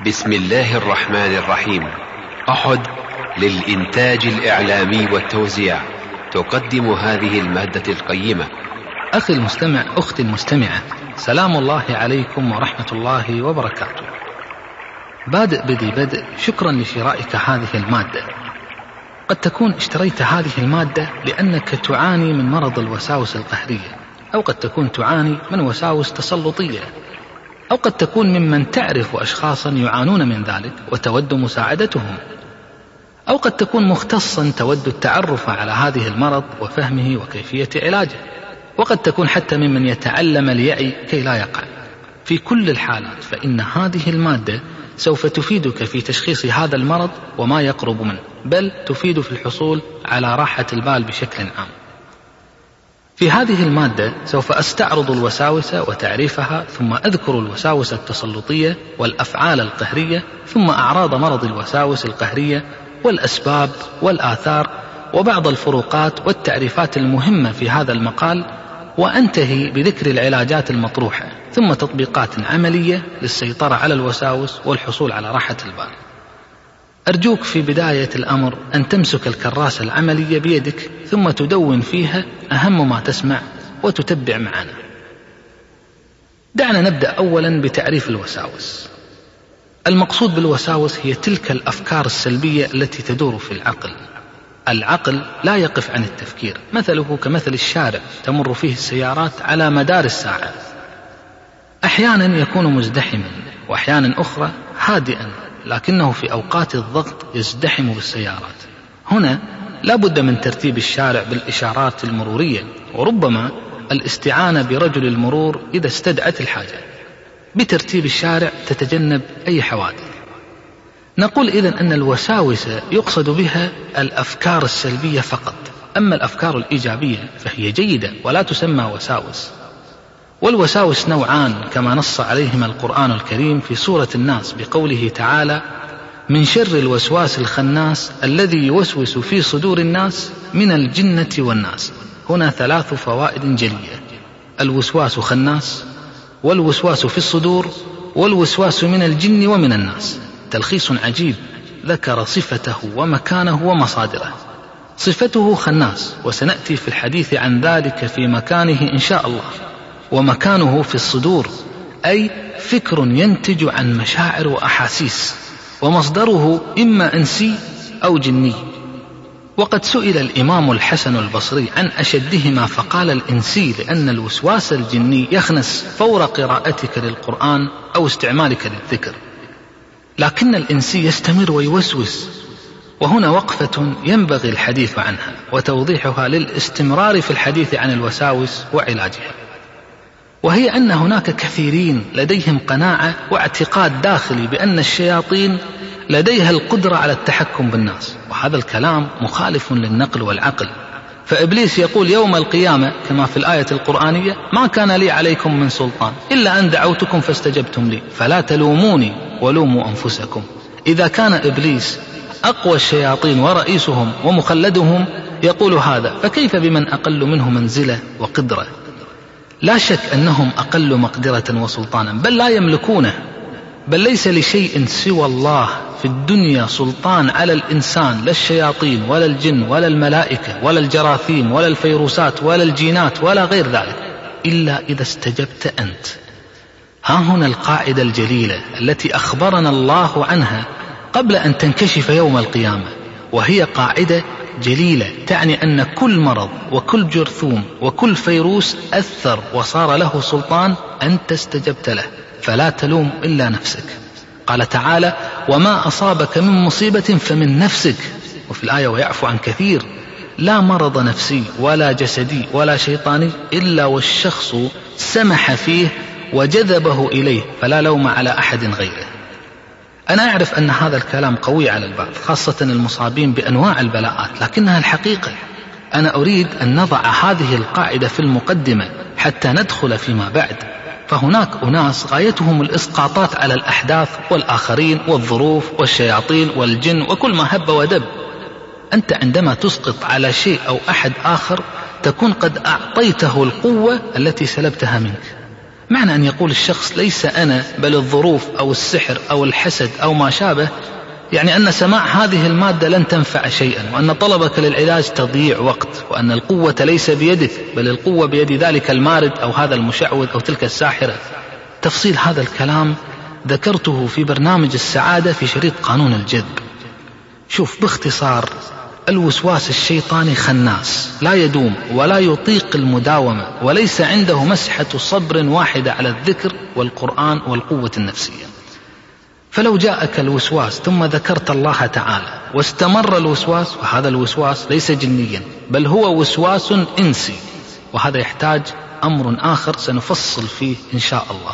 بسم الله الرحمن الرحيم. أحد للإنتاج الإعلامي والتوزيع تقدم هذه المادة القيمة. أخي المستمع، أختي المستمعة، سلام الله عليكم ورحمة الله وبركاته. بدء شكرا لشرائك هذه المادة. قد تكون اشتريت هذه المادة لأنك تعاني من مرض الوساوس القهرية، أو قد تكون تعاني من وساوس تسلطية، أو قد تكون ممن تعرف أشخاصا يعانون من ذلك وتود مساعدتهم، أو قد تكون مختصا تود التعرف على هذه المرض وفهمه وكيفية علاجه، وقد تكون حتى ممن يتعلم ليعي كي لا يقع. في كل الحالات فإن هذه المادة سوف تفيدك في تشخيص هذا المرض وما يقرب منه، بل تفيد في الحصول على راحة البال بشكل عام. في هذه المادة سوف أستعرض الوساوس وتعريفها، ثم أذكر الوساوس التسلطية والأفعال القهرية، ثم أعراض مرض الوساوس القهرية والأسباب والآثار وبعض الفروقات والتعريفات المهمة في هذا المقال، وأنتهي بذكر العلاجات المطروحة، ثم تطبيقات عملية للسيطرة على الوساوس والحصول على راحة البال. أرجوك في بداية الأمر أن تمسك الكراسة العملية بيدك، ثم تدون فيها أهم ما تسمع وتتبع معنا. دعنا نبدأ أولا بتعريف الوساوس. المقصود بالوساوس هي تلك الأفكار السلبية التي تدور في العقل. العقل لا يقف عن التفكير، مثله كمثل الشارع تمر فيه السيارات على مدار الساعة، أحيانا يكون مزدحما وأحيانا أخرى هادئا، لكنه في أوقات الضغط يزدحم بالسيارات. هنا لا بد من ترتيب الشارع بالإشارات المرورية، وربما الاستعانة برجل المرور إذا استدعت الحاجة. بترتيب الشارع تتجنب أي حوادث. نقول إذن أن الوساوس يقصد بها الأفكار السلبية فقط، أما الأفكار الإيجابية فهي جيدة ولا تسمى وساوس. والوساوس نوعان كما نص عليهما القرآن الكريم في سورة الناس بقوله تعالى: من شر الوسواس الخناس الذي يوسوس في صدور الناس من الجنة والناس. هنا 3 فوائد جلية: الوسواس خناس، والوسواس في الصدور، والوسواس من الجن ومن الناس. تلخيص عجيب، ذكر صفته ومكانه ومصادره. صفته خناس، وسنأتي في الحديث عن ذلك في مكانه إن شاء الله. ومكانه في الصدور، أي فكر ينتج عن مشاعر وأحاسيس، ومصدره إما إنسي أو جني. وقد سئل الإمام الحسن البصري عن أشدهما فقال: الإنسي، لأن الوسواس الجني يخنس فور قراءتك للقرآن أو استعمالك للذكر، لكن الإنسي يستمر ويوسوس. وهنا وقفة ينبغي الحديث عنها وتوضيحها للاستمرار في الحديث عن الوساوس وعلاجها، وهي أن هناك كثيرين لديهم قناعة واعتقاد داخلي بأن الشياطين لديها القدرة على التحكم بالناس، وهذا الكلام مخالف للنقل والعقل. فإبليس يقول يوم القيامة كما في الآية القرآنية: ما كان لي عليكم من سلطان إلا أن دعوتكم فاستجبتم لي فلا تلوموني ولوموا أنفسكم. إذا كان إبليس أقوى الشياطين ورئيسهم ومخلدهم يقول هذا، فكيف بمن أقل منه منزلة وقدرة؟ لا شك أنهم أقل مقدرة وسلطانا، بل لا يملكونه. بل ليس لشيء سوى الله في الدنيا سلطان على الإنسان، لا الشياطين ولا الجن ولا الملائكة ولا الجراثيم ولا الفيروسات ولا الجينات ولا غير ذلك، إلا إذا استجبت أنت. ها هنا القاعدة الجليلة التي أخبرنا الله عنها قبل أن تنكشف يوم القيامة، وهي قاعدة جليلة تعني أن كل مرض وكل جرثوم وكل فيروس أثر وصار له سلطان أنت استجبت له، فلا تلوم إلا نفسك. قال تعالى: وما أصابك من مصيبة فمن نفسك. وفي الآية: ويعفو عن كثير. لا مرض نفسي ولا جسدي ولا شيطاني إلا والشخص سمح فيه وجذبه إليه، فلا لوم على أحد غيره. أنا أعرف أن هذا الكلام قوي على البعض، خاصة المصابين بأنواع البلاءات، لكنها الحقيقة. أنا أريد أن نضع هذه القاعدة في المقدمة حتى ندخل فيما بعد. فهناك أناس غايتهم الإسقاطات على الأحداث والآخرين والظروف والشياطين والجن وكل ما هب ودب. أنت عندما تسقط على شيء أو أحد آخر تكون قد أعطيته القوة التي سلبتها منك. معنى أن يقول الشخص ليس أنا بل الظروف أو السحر أو الحسد أو ما شابه، يعني أن سماع هذه المادة لن تنفع شيئا، وأن طلبك للعلاج تضييع وقت، وأن القوة ليس بيدك بل القوة بيد ذلك المارد أو هذا المشعوذ أو تلك الساحرة. تفصيل هذا الكلام ذكرته في برنامج السعادة في شريط قانون الجذب. شوف باختصار، الوسواس الشيطاني خناس لا يدوم ولا يطيق المداومة، وليس عنده مسحة صبر واحدة على الذكر والقرآن والقوة النفسية. فلو جاءك الوسواس ثم ذكرت الله تعالى واستمر الوسواس، وهذا الوسواس ليس جنيا بل هو وسواس إنسي، وهذا يحتاج أمر آخر سنفصل فيه إن شاء الله.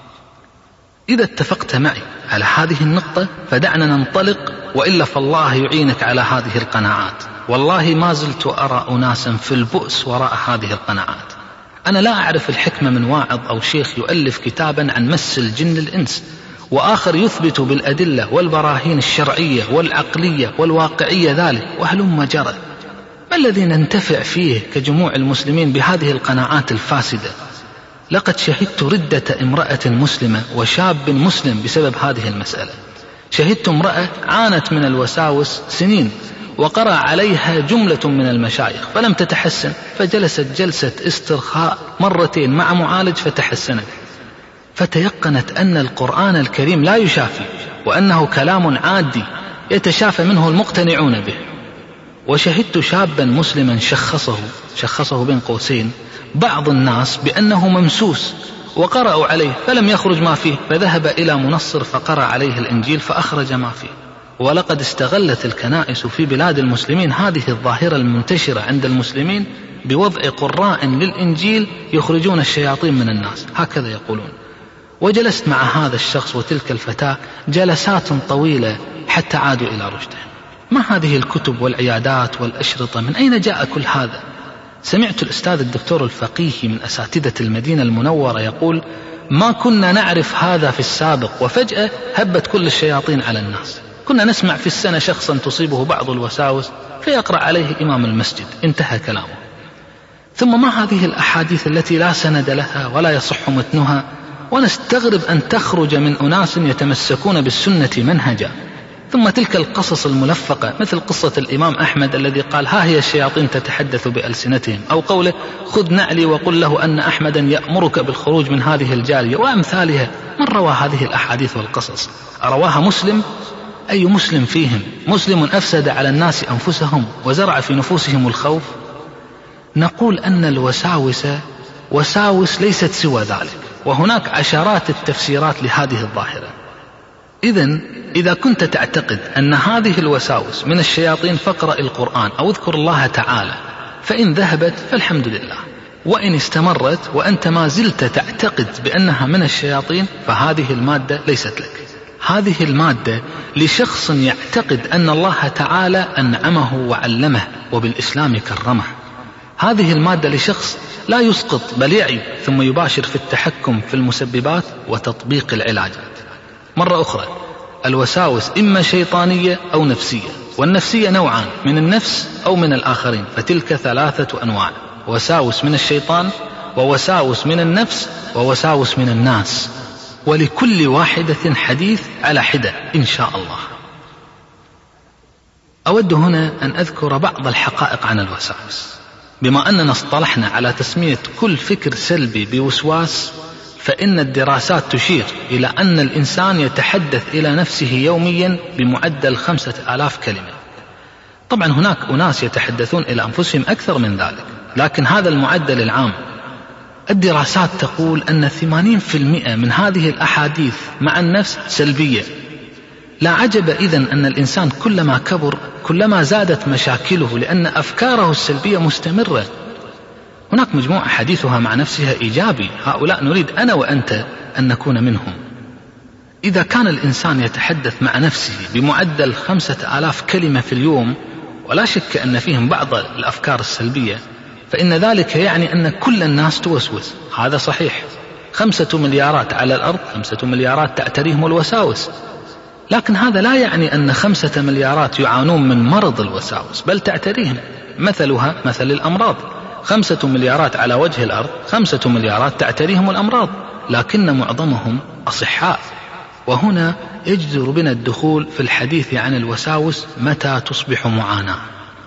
إذا اتفقت معي على هذه النقطة فدعنا ننطلق، وإلا فالله يعينك على هذه القناعات. والله ما زلت أرى أناسا في البؤس وراء هذه القناعات. أنا لا أعرف الحكمة من واعظ أو شيخ يؤلف كتابا عن مس الجن الإنس، وآخر يثبت بالأدلة والبراهين الشرعية والعقلية والواقعية ذلك، وهلم جرى. ما الذي ننتفع فيه كجموع المسلمين بهذه القناعات الفاسدة؟ لقد شهدت ردة امرأة مسلمة وشاب مسلم بسبب هذه المسألة. شهدت امرأة عانت من الوساوس سنين، وقرأ عليها جملة من المشايخ فلم تتحسن، فجلست جلسة استرخاء مرتين مع معالج فتحسنت، فتيقنت أن القرآن الكريم لا يشافي، وأنه كلام عادي يتشافى منه المقتنعون به. وشهدت شابا مسلما شخصه بين قوسين بعض الناس بأنه ممسوس، وقرأوا عليه فلم يخرج ما فيه، فذهب إلى منصر فقرأ عليه الإنجيل فأخرج ما فيه. ولقد استغلت الكنائس في بلاد المسلمين هذه الظاهرة المنتشرة عند المسلمين بوضع قراء للإنجيل يخرجون الشياطين من الناس، هكذا يقولون. وجلست مع هذا الشخص وتلك الفتاة جلسات طويلة حتى عادوا إلى رشدهم. ما هذه الكتب والعيادات والأشرطة؟ من أين جاء كل هذا؟ سمعت الأستاذ الدكتور الفقيه من أساتذة المدينة المنورة يقول: ما كنا نعرف هذا في السابق، وفجأة هبت كل الشياطين على الناس. كنا نسمع في السنة شخصا تصيبه بعض الوساوس فيقرأ عليه إمام المسجد، انتهى كلامه. ثم ما هذه الأحاديث التي لا سند لها ولا يصح متنها، ونستغرب أن تخرج من أناس يتمسكون بالسنة منهجا. ثم تلك القصص الملفقة مثل قصة الإمام أحمد الذي قال: ها هي الشياطين تتحدث بألسنتهم، أو قوله: خذ نعلي وقل له أن أحمدا يأمرك بالخروج من هذه الجارية، وأمثالها. من روى هذه الأحاديث والقصص؟ أرواها مسلم؟ أي مسلم فيهم؟ مسلم أفسد على الناس أنفسهم وزرع في نفوسهم الخوف. نقول أن الوساوس وساوس ليست سوى ذلك، وهناك عشرات التفسيرات لهذه الظاهرة. إذا كنت تعتقد أن هذه الوساوس من الشياطين فاقرأ القرآن أو اذكر الله تعالى، فإن ذهبت فالحمد لله، وإن استمرت وأنت ما زلت تعتقد بأنها من الشياطين فهذه المادة ليست لك. هذه المادة لشخص يعتقد أن الله تعالى أنعمه وعلمه وبالإسلام كرمه. هذه المادة لشخص لا يسقط بل يعي ثم يباشر في التحكم في المسببات وتطبيق العلاجات. مرة أخرى، الوساوس إما شيطانية أو نفسية، والنفسية نوعان: من النفس أو من الآخرين، فتلك 3 أنواع: وساوس من الشيطان، ووساوس من النفس، ووساوس من الناس، ولكل واحدة حديث على حدة إن شاء الله. أود هنا أن أذكر بعض الحقائق عن الوساوس. بما أننا اصطلحنا على تسمية كل فكر سلبي بوسواس، فإن الدراسات تشير إلى أن الإنسان يتحدث إلى نفسه يوميا بمعدل 5000 كلمة. طبعا هناك أناس يتحدثون إلى أنفسهم أكثر من ذلك، لكن هذا المعدل العام. الدراسات تقول أن 80% من هذه الأحاديث مع النفس سلبية. لا عجب إذن أن الإنسان كلما كبر كلما زادت مشاكله، لأن أفكاره السلبية مستمرة. هناك مجموعة حديثها مع نفسها إيجابي، هؤلاء نريد أنا وأنت أن نكون منهم. إذا كان الإنسان يتحدث مع نفسه بمعدل 5000 كلمة في اليوم، ولا شك أن فيهم بعض الأفكار السلبية، فإن ذلك يعني أن كل الناس توسوس. هذا صحيح، 5 مليارات على الأرض، 5 مليارات تعتريهم الوساوس، لكن هذا لا يعني أن 5 مليارات يعانون من مرض الوساوس، بل تعتريهم. مثلها مثل الأمراض: 5 مليارات على وجه الأرض، 5 مليارات تعتريهم الأمراض. لكن معظمهم أصحاء. وهنا يجدر بنا الدخول في الحديث عن الوساوس متى تصبح معاناة.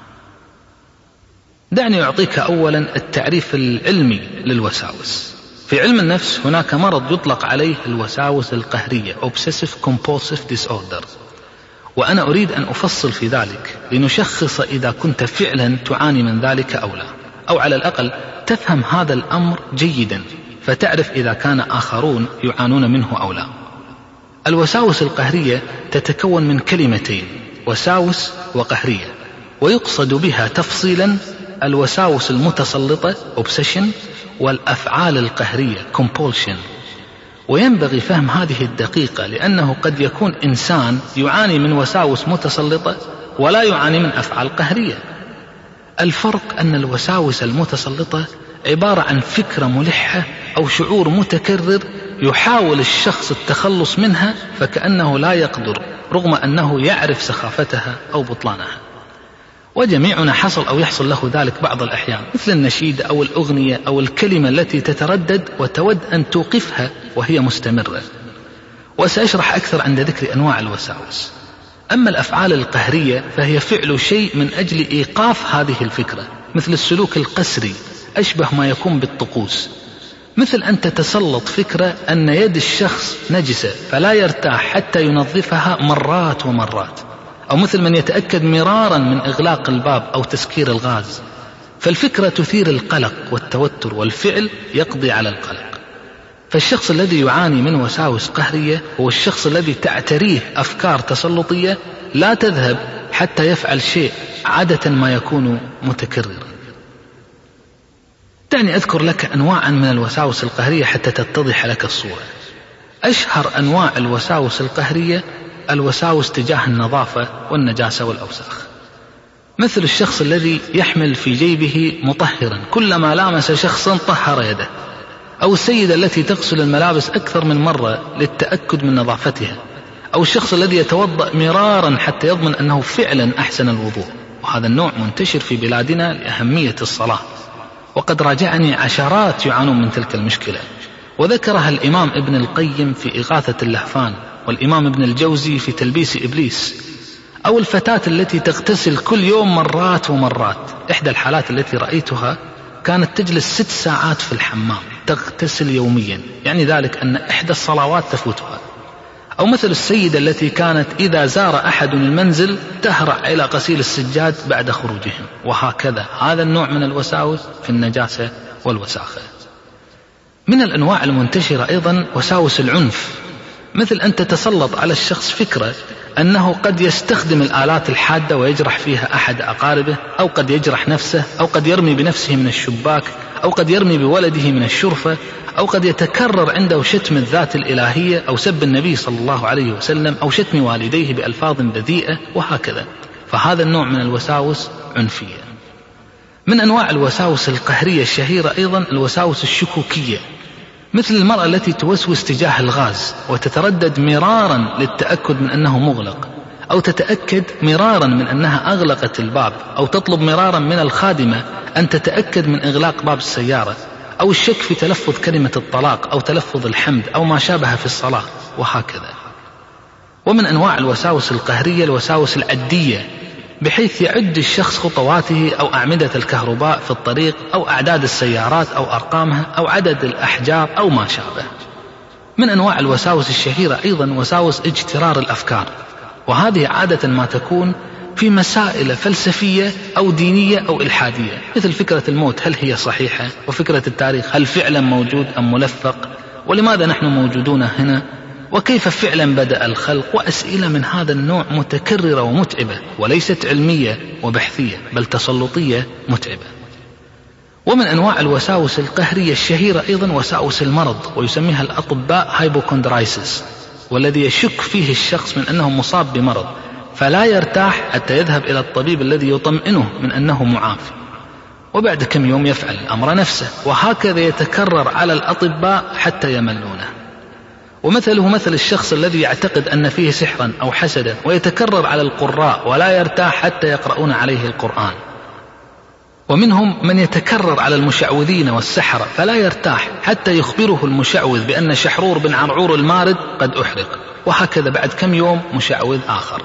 دعني أعطيك أولا التعريف العلمي للوساوس. في علم النفس هناك مرض يطلق عليه الوساوس القهرية Obsessive Compulsive Disorder، وأنا أريد أن أفصل في ذلك لنشخص إذا كنت فعلا تعاني من ذلك أو لا، أو على الأقل تفهم هذا الأمر جيدا فتعرف إذا كان آخرون يعانون منه أو لا. الوساوس القهرية تتكون من كلمتين، وساوس وقهرية، ويقصد بها تفصيلا الوساوس المتسلطة Obsession والأفعال القهرية Compulsion. وينبغي فهم هذه الدقيقة لأنه قد يكون إنسان يعاني من وساوس متسلطة ولا يعاني من أفعال قهرية. الفرق أن الوساوس المتسلطة عبارة عن فكرة ملحة أو شعور متكرر يحاول الشخص التخلص منها فكأنه لا يقدر رغم أنه يعرف سخافتها أو بطلانها. وجميعنا حصل أو يحصل له ذلك بعض الأحيان، مثل النشيد أو الأغنية أو الكلمة التي تتردد وتود أن توقفها وهي مستمرة. وسأشرح أكثر عند ذكر أنواع الوساوس. أما الأفعال القهرية فهي فعل شيء من أجل إيقاف هذه الفكرة، مثل السلوك القسري، أشبه ما يكون بالطقوس، مثل أن تتسلط فكرة أن يد الشخص نجسة فلا يرتاح حتى ينظفها مرات ومرات، أو مثل من يتأكد مرارا من إغلاق الباب أو تسكير الغاز. فالفكرة تثير القلق والتوتر، والفعل يقضي على القلق. فالشخص الذي يعاني من وساوس قهرية هو الشخص الذي تعتريه أفكار تسلطية لا تذهب حتى يفعل شيء، عادة ما يكون متكررا. دعني أذكر لك أنواعا من الوساوس القهرية حتى تتضح لك الصورة. أشهر أنواع الوساوس القهرية الوساوس تجاه النظافة والنجاسة والأوساخ، مثل الشخص الذي يحمل في جيبه مطهرا كلما لامس شخصا طهر يده، أو السيدة التي تغسل الملابس أكثر من مرة للتأكد من نظافتها، أو الشخص الذي يتوضأ مرارا حتى يضمن أنه فعلا أحسن الوضوء. وهذا النوع منتشر في بلادنا لأهمية الصلاة، وقد راجعني عشرات يعانون من تلك المشكلة، وذكرها الإمام ابن القيم في إغاثة اللهفان، والإمام ابن الجوزي في تلبيس إبليس. أو الفتاة التي تغتسل كل يوم مرات ومرات. إحدى الحالات التي رأيتها كانت تجلس 6 ساعات في الحمام تغتسل يوميا، يعني ذلك أن إحدى الصلوات تفوتها. أو مثل السيدة التي كانت إذا زار أحد المنزل تهرع إلى غسيل السجاد بعد خروجهم، وهكذا. هذا النوع من الوساوس في النجاسة والوساخة. من الأنواع المنتشرة أيضا وساوس العنف، مثل أن تتسلط على الشخص فكرة أنه قد يستخدم الآلات الحادة ويجرح فيها أحد أقاربه، أو قد يجرح نفسه، أو قد يرمي بنفسه من الشباك، أو قد يرمي بولده من الشرفة، أو قد يتكرر عنده شتم الذات الإلهية، أو سب النبي صلى الله عليه وسلم، أو شتم والديه بألفاظ بذيئة، وهكذا. فهذا النوع من الوساوس عنفية. من أنواع الوساوس القهرية الشهيرة أيضا الوساوس الشكوكية، مثل المرأة التي توسوس تجاه الغاز وتتردد مرارا للتأكد من أنه مغلق، أو تتأكد مرارا من أنها أغلقت الباب، أو تطلب مرارا من الخادمة أن تتأكد من إغلاق باب السيارة، أو الشك في تلفظ كلمة الطلاق أو تلفظ الحمد أو ما شابه في الصلاة، وهكذا. ومن أنواع الوساوس القهرية الوساوس العدية، بحيث يعد الشخص خطواته أو أعمدة الكهرباء في الطريق، أو أعداد السيارات أو أرقامها، أو عدد الأحجار أو ما شابه. من أنواع الوساوس الشهيرة أيضا وساوس اجترار الأفكار، وهذه عادة ما تكون في مسائل فلسفية أو دينية أو إلحادية، مثل فكرة الموت هل هي صحيحة، وفكرة التاريخ هل فعلا موجود أم ملفق، ولماذا نحن موجودون هنا، وكيف فعلا بدأ الخلق، وأسئلة من هذا النوع متكررة ومتعبة، وليست علمية وبحثية بل تسلطية متعبة. ومن أنواع الوساوس القهرية الشهيرة أيضا وساوس المرض، ويسميها الأطباء هايبوكوندرايسيس، والذي يشك فيه الشخص من أنه مصاب بمرض فلا يرتاح حتى يذهب إلى الطبيب الذي يطمئنه من أنه معافى، وبعد كم يوم يفعل الأمر نفسه، وهكذا يتكرر على الأطباء حتى يملونه. ومثله مثل الشخص الذي يعتقد أن فيه سحرا أو حسدا ويتكرر على القراء ولا يرتاح حتى يقرؤون عليه القرآن. ومنهم من يتكرر على المشعوذين والسحرة فلا يرتاح حتى يخبره المشعوذ بأن شحرور بن عرعور المارد قد أحرق، وهكذا بعد كم يوم مشعوذ آخر.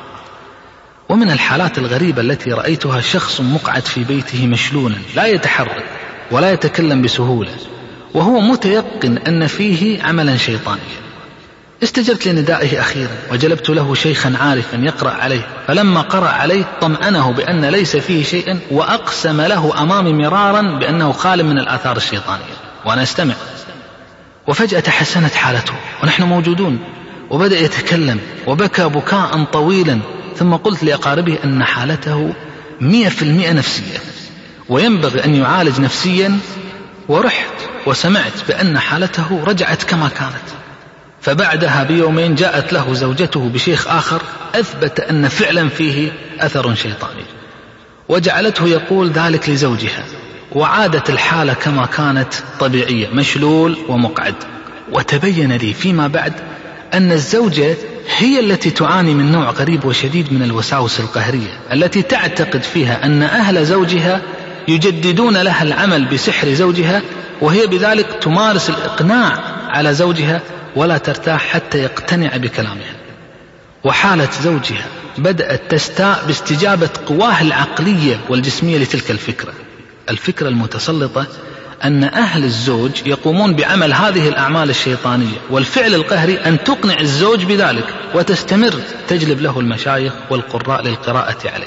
ومن الحالات الغريبة التي رأيتها شخص مقعد في بيته مشلولا لا يتحرك ولا يتكلم بسهولة، وهو متيقن أن فيه عملا شيطانيا. استجبت لندائه أخيرا وجلبت له شيخا عارفا يقرأ عليه، فلما قرأ عليه طمأنه بأن ليس فيه شيئا، وأقسم له أمامي مرارا بأنه خال من الآثار الشيطانية وأنا أستمع. وفجأة تحسنت حالته ونحن موجودون، وبدأ يتكلم وبكى بكاء طويلا، ثم قلت لأقاربه أن حالته 100% نفسية وينبغي أن يعالج نفسيا، ورحت وسمعت بأن حالته رجعت كما كانت. فبعدها بيومين جاءت له زوجته بشيخ آخر أثبت أن فعلا فيه أثر شيطاني، وجعلته يقول ذلك لزوجها، وعادت الحالة كما كانت طبيعية، مشلول ومقعد. وتبين لي فيما بعد أن الزوجة هي التي تعاني من نوع غريب وشديد من الوساوس القهرية، التي تعتقد فيها أن أهل زوجها يجددون لها العمل بسحر زوجها، وهي بذلك تمارس الإقناع على زوجها ولا ترتاح حتى يقتنع بكلامها. وحالة زوجها بدأت تستاء باستجابة قواه العقلية والجسمية لتلك الفكرة المتسلطة أن أهل الزوج يقومون بعمل هذه الأعمال الشيطانية والفعل القهري، أن تقنع الزوج بذلك وتستمر تجلب له المشايخ والقراء للقراءة عليه.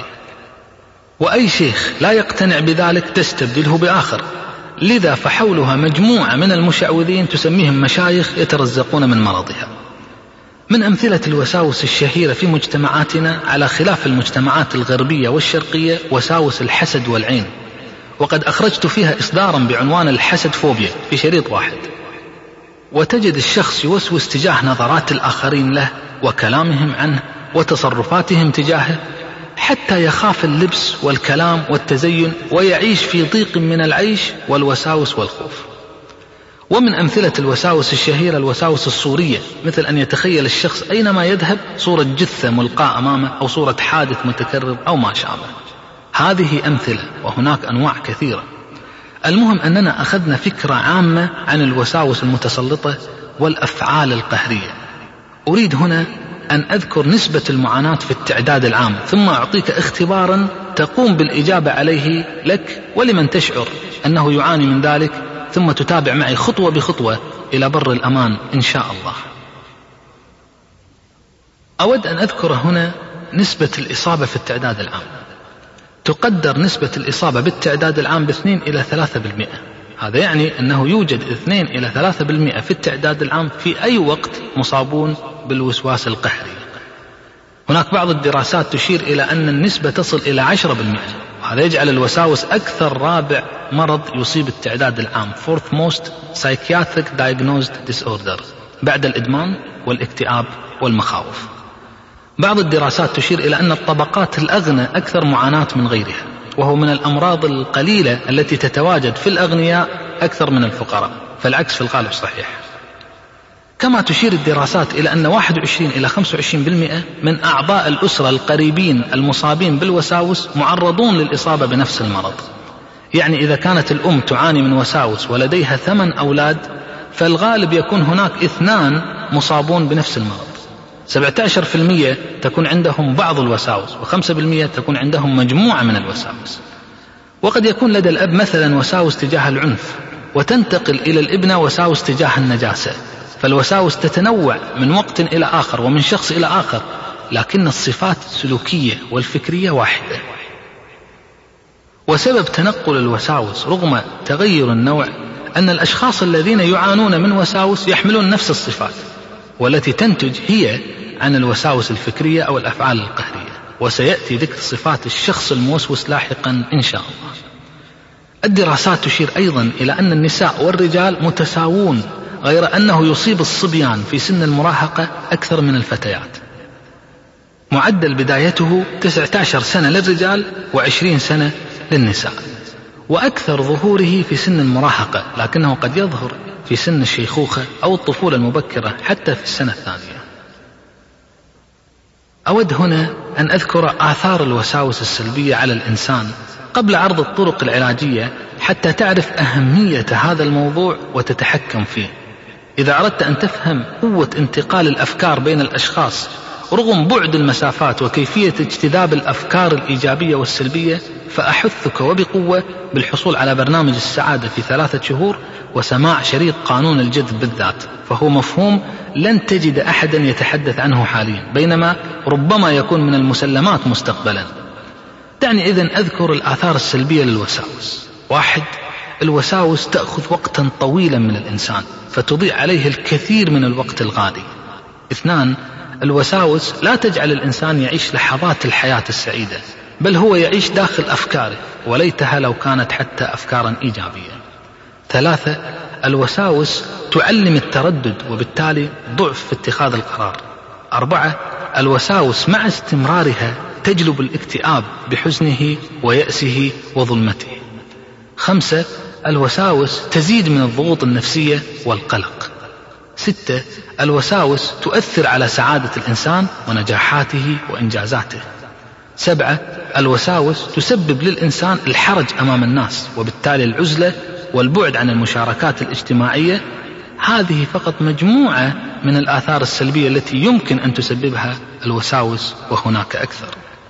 وأي شيخ لا يقتنع بذلك تستبدله بآخر، لذا فحولها مجموعة من المشعوذين تسميهم مشايخ يترزقون من مرضها. من أمثلة الوساوس الشهيرة في مجتمعاتنا على خلاف المجتمعات الغربية والشرقية وساوس الحسد والعين، وقد أخرجت فيها إصدارا بعنوان الحسد فوبيا في شريط واحد. وتجد الشخص يوسوس تجاه نظرات الآخرين له وكلامهم عنه وتصرفاتهم تجاهه، حتى يخاف اللبس والكلام والتزين، ويعيش في ضيق من العيش والوساوس والخوف. ومن أمثلة الوساوس الشهيرة الوساوس الصورية، مثل أن يتخيل الشخص أينما يذهب صورة جثة ملقاة أمامه أو صورة حادث متكرر أو ما شابه. هذه أمثلة وهناك أنواع كثيرة. المهم أننا أخذنا فكرة عامة عن الوساوس المتسلطة والأفعال القهرية. أريد هنا أن أذكر نسبة المعاناة في التعداد العام، ثم أعطيك اختبارا تقوم بالإجابة عليه لك ولمن تشعر أنه يعاني من ذلك، ثم تتابع معي خطوة بخطوة إلى بر الأمان إن شاء الله. أود أن أذكر هنا نسبة الإصابة في التعداد العام. تقدر نسبة الإصابة بالتعداد العام ب2 إلى 3%. هذا يعني أنه يوجد 2 إلى 3% في التعداد العام في أي وقت مصابون بالوسواس القهري. هناك بعض الدراسات تشير إلى أن النسبة تصل إلى 10%، وهذا يجعل الوساوس أكثر رابع مرض يصيب التعداد العام، fourth most psychiatric diagnosed disorder، بعد الإدمان والاكتئاب والمخاوف. بعض الدراسات تشير إلى أن الطبقات الأغنى أكثر معاناة من غيرها، وهو من الأمراض القليلة التي تتواجد في الأغنياء أكثر من الفقراء، فالعكس في الغالب صحيح. كما تشير الدراسات إلى أن 21 إلى 25% من أعضاء الأسرة القريبين المصابين بالوساوس معرضون للإصابة بنفس المرض. يعني إذا كانت الأم تعاني من وساوس ولديها 8 أولاد، فالغالب يكون هناك 2 مصابون بنفس المرض. 17% تكون عندهم بعض الوساوس، و5% تكون عندهم مجموعة من الوساوس. وقد يكون لدى الأب مثلا وساوس تجاه العنف، وتنتقل إلى الابنة وساوس تجاه النجاسة. فالوساوس تتنوع من وقت إلى آخر ومن شخص إلى آخر، لكن الصفات السلوكية والفكرية واحدة. وسبب تنقل الوساوس رغم تغير النوع أن الأشخاص الذين يعانون من وساوس يحملون نفس الصفات، والتي تنتج هي عن الوساوس الفكرية أو الأفعال القهرية. وسيأتي ذكر صفات الشخص الموسوس لاحقا إن شاء الله. الدراسات تشير أيضا إلى أن النساء والرجال متساوون، غير أنه يصيب الصبيان في سن المراهقة أكثر من الفتيات. معدل بدايته 19 سنة للرجال و20 سنة للنساء، وأكثر ظهوره في سن المراهقة، لكنه قد يظهر في سن الشيخوخة أو الطفولة المبكرة حتى في السنة الثانية. أود هنا أن أذكر آثار الوساوس السلبية على الإنسان قبل عرض الطرق العلاجية حتى تعرف أهمية هذا الموضوع وتتحكم فيه. إذا أردت أن تفهم قوة انتقال الأفكار بين الأشخاص رغم بعد المسافات وكيفية اجتذاب الأفكار الإيجابية والسلبية، فأحثك وبقوة بالحصول على برنامج السعادة في 3 شهور وسماع شريط قانون الجذب بالذات، فهو مفهوم لن تجد أحدا يتحدث عنه حاليا، بينما ربما يكون من المسلمات مستقبلا. دعني إذن أذكر الآثار السلبية للوساوس. 1. الوساوس تأخذ وقتا طويلا من الإنسان فتضيع عليه الكثير من الوقت الغالي. 2. الوساوس لا تجعل الإنسان يعيش لحظات الحياة السعيدة، بل هو يعيش داخل أفكاره وليتها لو كانت حتى أفكارا إيجابية. 3. الوساوس تعلم التردد وبالتالي ضعف في اتخاذ القرار. 4. الوساوس مع استمرارها تجلب الاكتئاب بحزنه ويأسه وظلمته. 5. الوساوس تزيد من الضغوط النفسية والقلق. 6. الوساوس تؤثر على سعادة الإنسان ونجاحاته وإنجازاته. 7. الوساوس تسبب للإنسان الحرج أمام الناس وبالتالي العزلة والبعد عن المشاركات الاجتماعية. هذه فقط مجموعة من الآثار السلبية التي يمكن أن تسببها الوساوس، وهناك أكثر.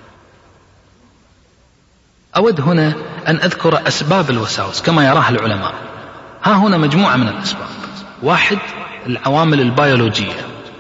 أود هنا أن أذكر أسباب الوساوس كما يراها العلماء. ها هنا مجموعة من الأسباب. 1. العوامل البيولوجية.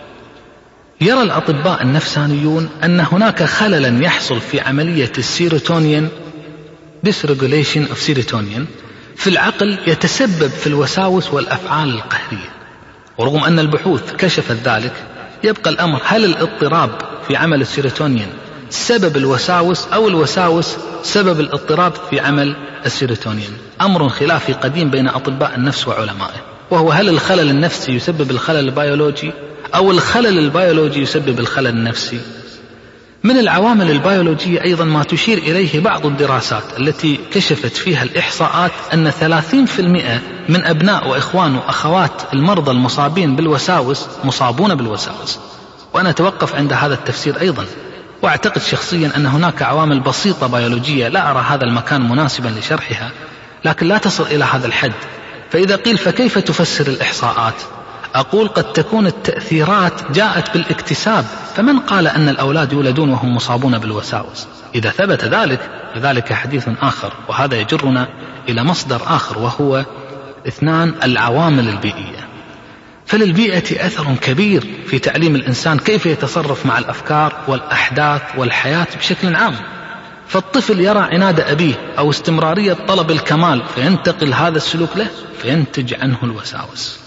يرى الأطباء النفسانيون أن هناك خللا يحصل في عملية السيروتونين dysregulation of serotonin في العقل يتسبب في الوساوس والأفعال القهرية. ورغم أن البحوث كشفت ذلك، يبقى الأمر هل الاضطراب في عمل السيروتونين سبب الوساوس أو الوساوس سبب الاضطراب في عمل السيروتونين؟ أمر خلافي قديم بين أطباء النفس وعلمائه، وهو هل الخلل النفسي يسبب الخلل البيولوجي أو الخلل البيولوجي يسبب الخلل النفسي. من العوامل البيولوجية أيضا ما تشير إليه بعض الدراسات التي كشفت فيها الإحصاءات أن 30% من أبناء وإخوان وأخوات المرضى المصابين بالوساوس مصابون بالوساوس. وأنا أتوقف عند هذا التفسير أيضا، وأعتقد شخصيا أن هناك عوامل بسيطة بيولوجية لا أرى هذا المكان مناسبا لشرحها، لكن لا تصل إلى هذا الحد. فإذا قيل فكيف تفسر الإحصاءات؟ أقول قد تكون التأثيرات جاءت بالاكتساب، فمن قال أن الأولاد يولدون وهم مصابون بالوساوس؟ إذا ثبت ذلك فذلك حديث آخر، وهذا يجرنا إلى مصدر آخر، وهو 2. العوامل البيئية. فللبيئة أثر كبير في تعليم الإنسان كيف يتصرف مع الأفكار والأحداث والحياة بشكل عام. فالطفل يرى عناد أبيه أو استمرارية طلب الكمال فينتقل هذا السلوك له فينتج عنه الوساوس.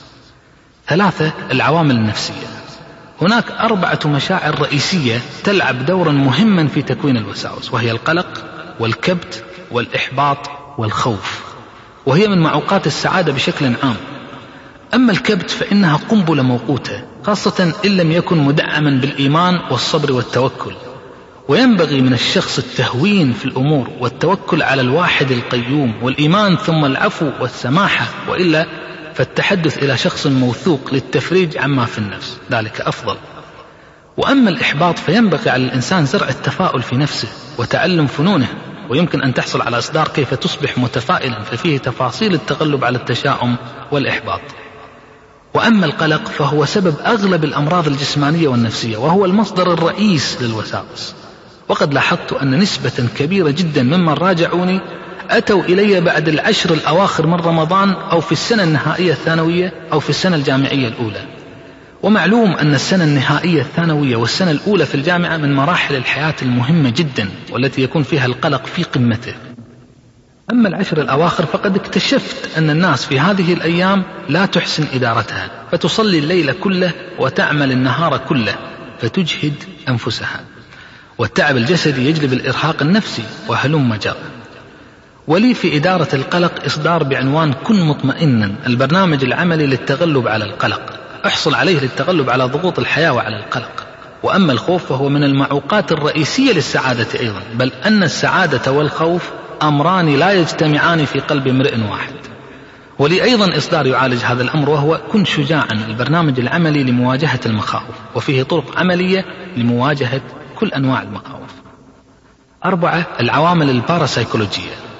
3. العوامل النفسية. هناك 4 مشاعر رئيسية تلعب دورا مهما في تكوين الوساوس، وهي القلق والكبت والإحباط والخوف، وهي من معوقات السعادة بشكل عام. أما الكبت فإنها قنبلة موقوتة، خاصة إن لم يكن مدعما بالإيمان والصبر والتوكل. وينبغي من الشخص التهوين في الأمور والتوكل على الواحد القيوم والإيمان ثم العفو والسماحة، وإلا فالتحدث إلى شخص موثوق للتفريج عما في النفس ذلك أفضل. وأما الإحباط فينبغي على الإنسان زرع التفاؤل في نفسه وتعلم فنونه، ويمكن أن تحصل على إصدار كيف تصبح متفائلا، ففيه تفاصيل التغلب على التشاؤم والإحباط. وأما القلق فهو سبب أغلب الأمراض الجسمانية والنفسية، وهو المصدر الرئيس للوساوس. وقد لاحظت أن نسبة كبيرة جدا ممن راجعوني أتوا إلي بعد 10 الأواخر من رمضان، أو في السنة النهائية الثانوية، أو في السنة الجامعية الأولى. ومعلوم أن السنة النهائية الثانوية والسنة الأولى في الجامعة من مراحل الحياة المهمة جدا، والتي يكون فيها القلق في قمته. أما 10 الأواخر فقد اكتشفت أن الناس في هذه الأيام لا تحسن إدارتها، فتصلي الليل كله وتعمل النهار كله، فتجهد أنفسها، والتعب الجسدي يجلب الإرهاق النفسي، وهلم جرى. ولي في إدارة القلق إصدار بعنوان كن مطمئنا، البرنامج العملي للتغلب على القلق، احصل عليه للتغلب على ضغوط الحياة وعلى القلق. وأما الخوف فهو من المعوقات الرئيسية للسعادة أيضا، بل أن السعادة والخوف أمران لا يجتمعان في قلب امرئ واحد. ولي أيضا إصدار يعالج هذا الأمر، وهو كن شجاعا، البرنامج العملي لمواجهة المخاوف، وفيه طرق عملية لمواجهة كل أنواع المخاوف. 4. العوامل الباراسايكولوجية.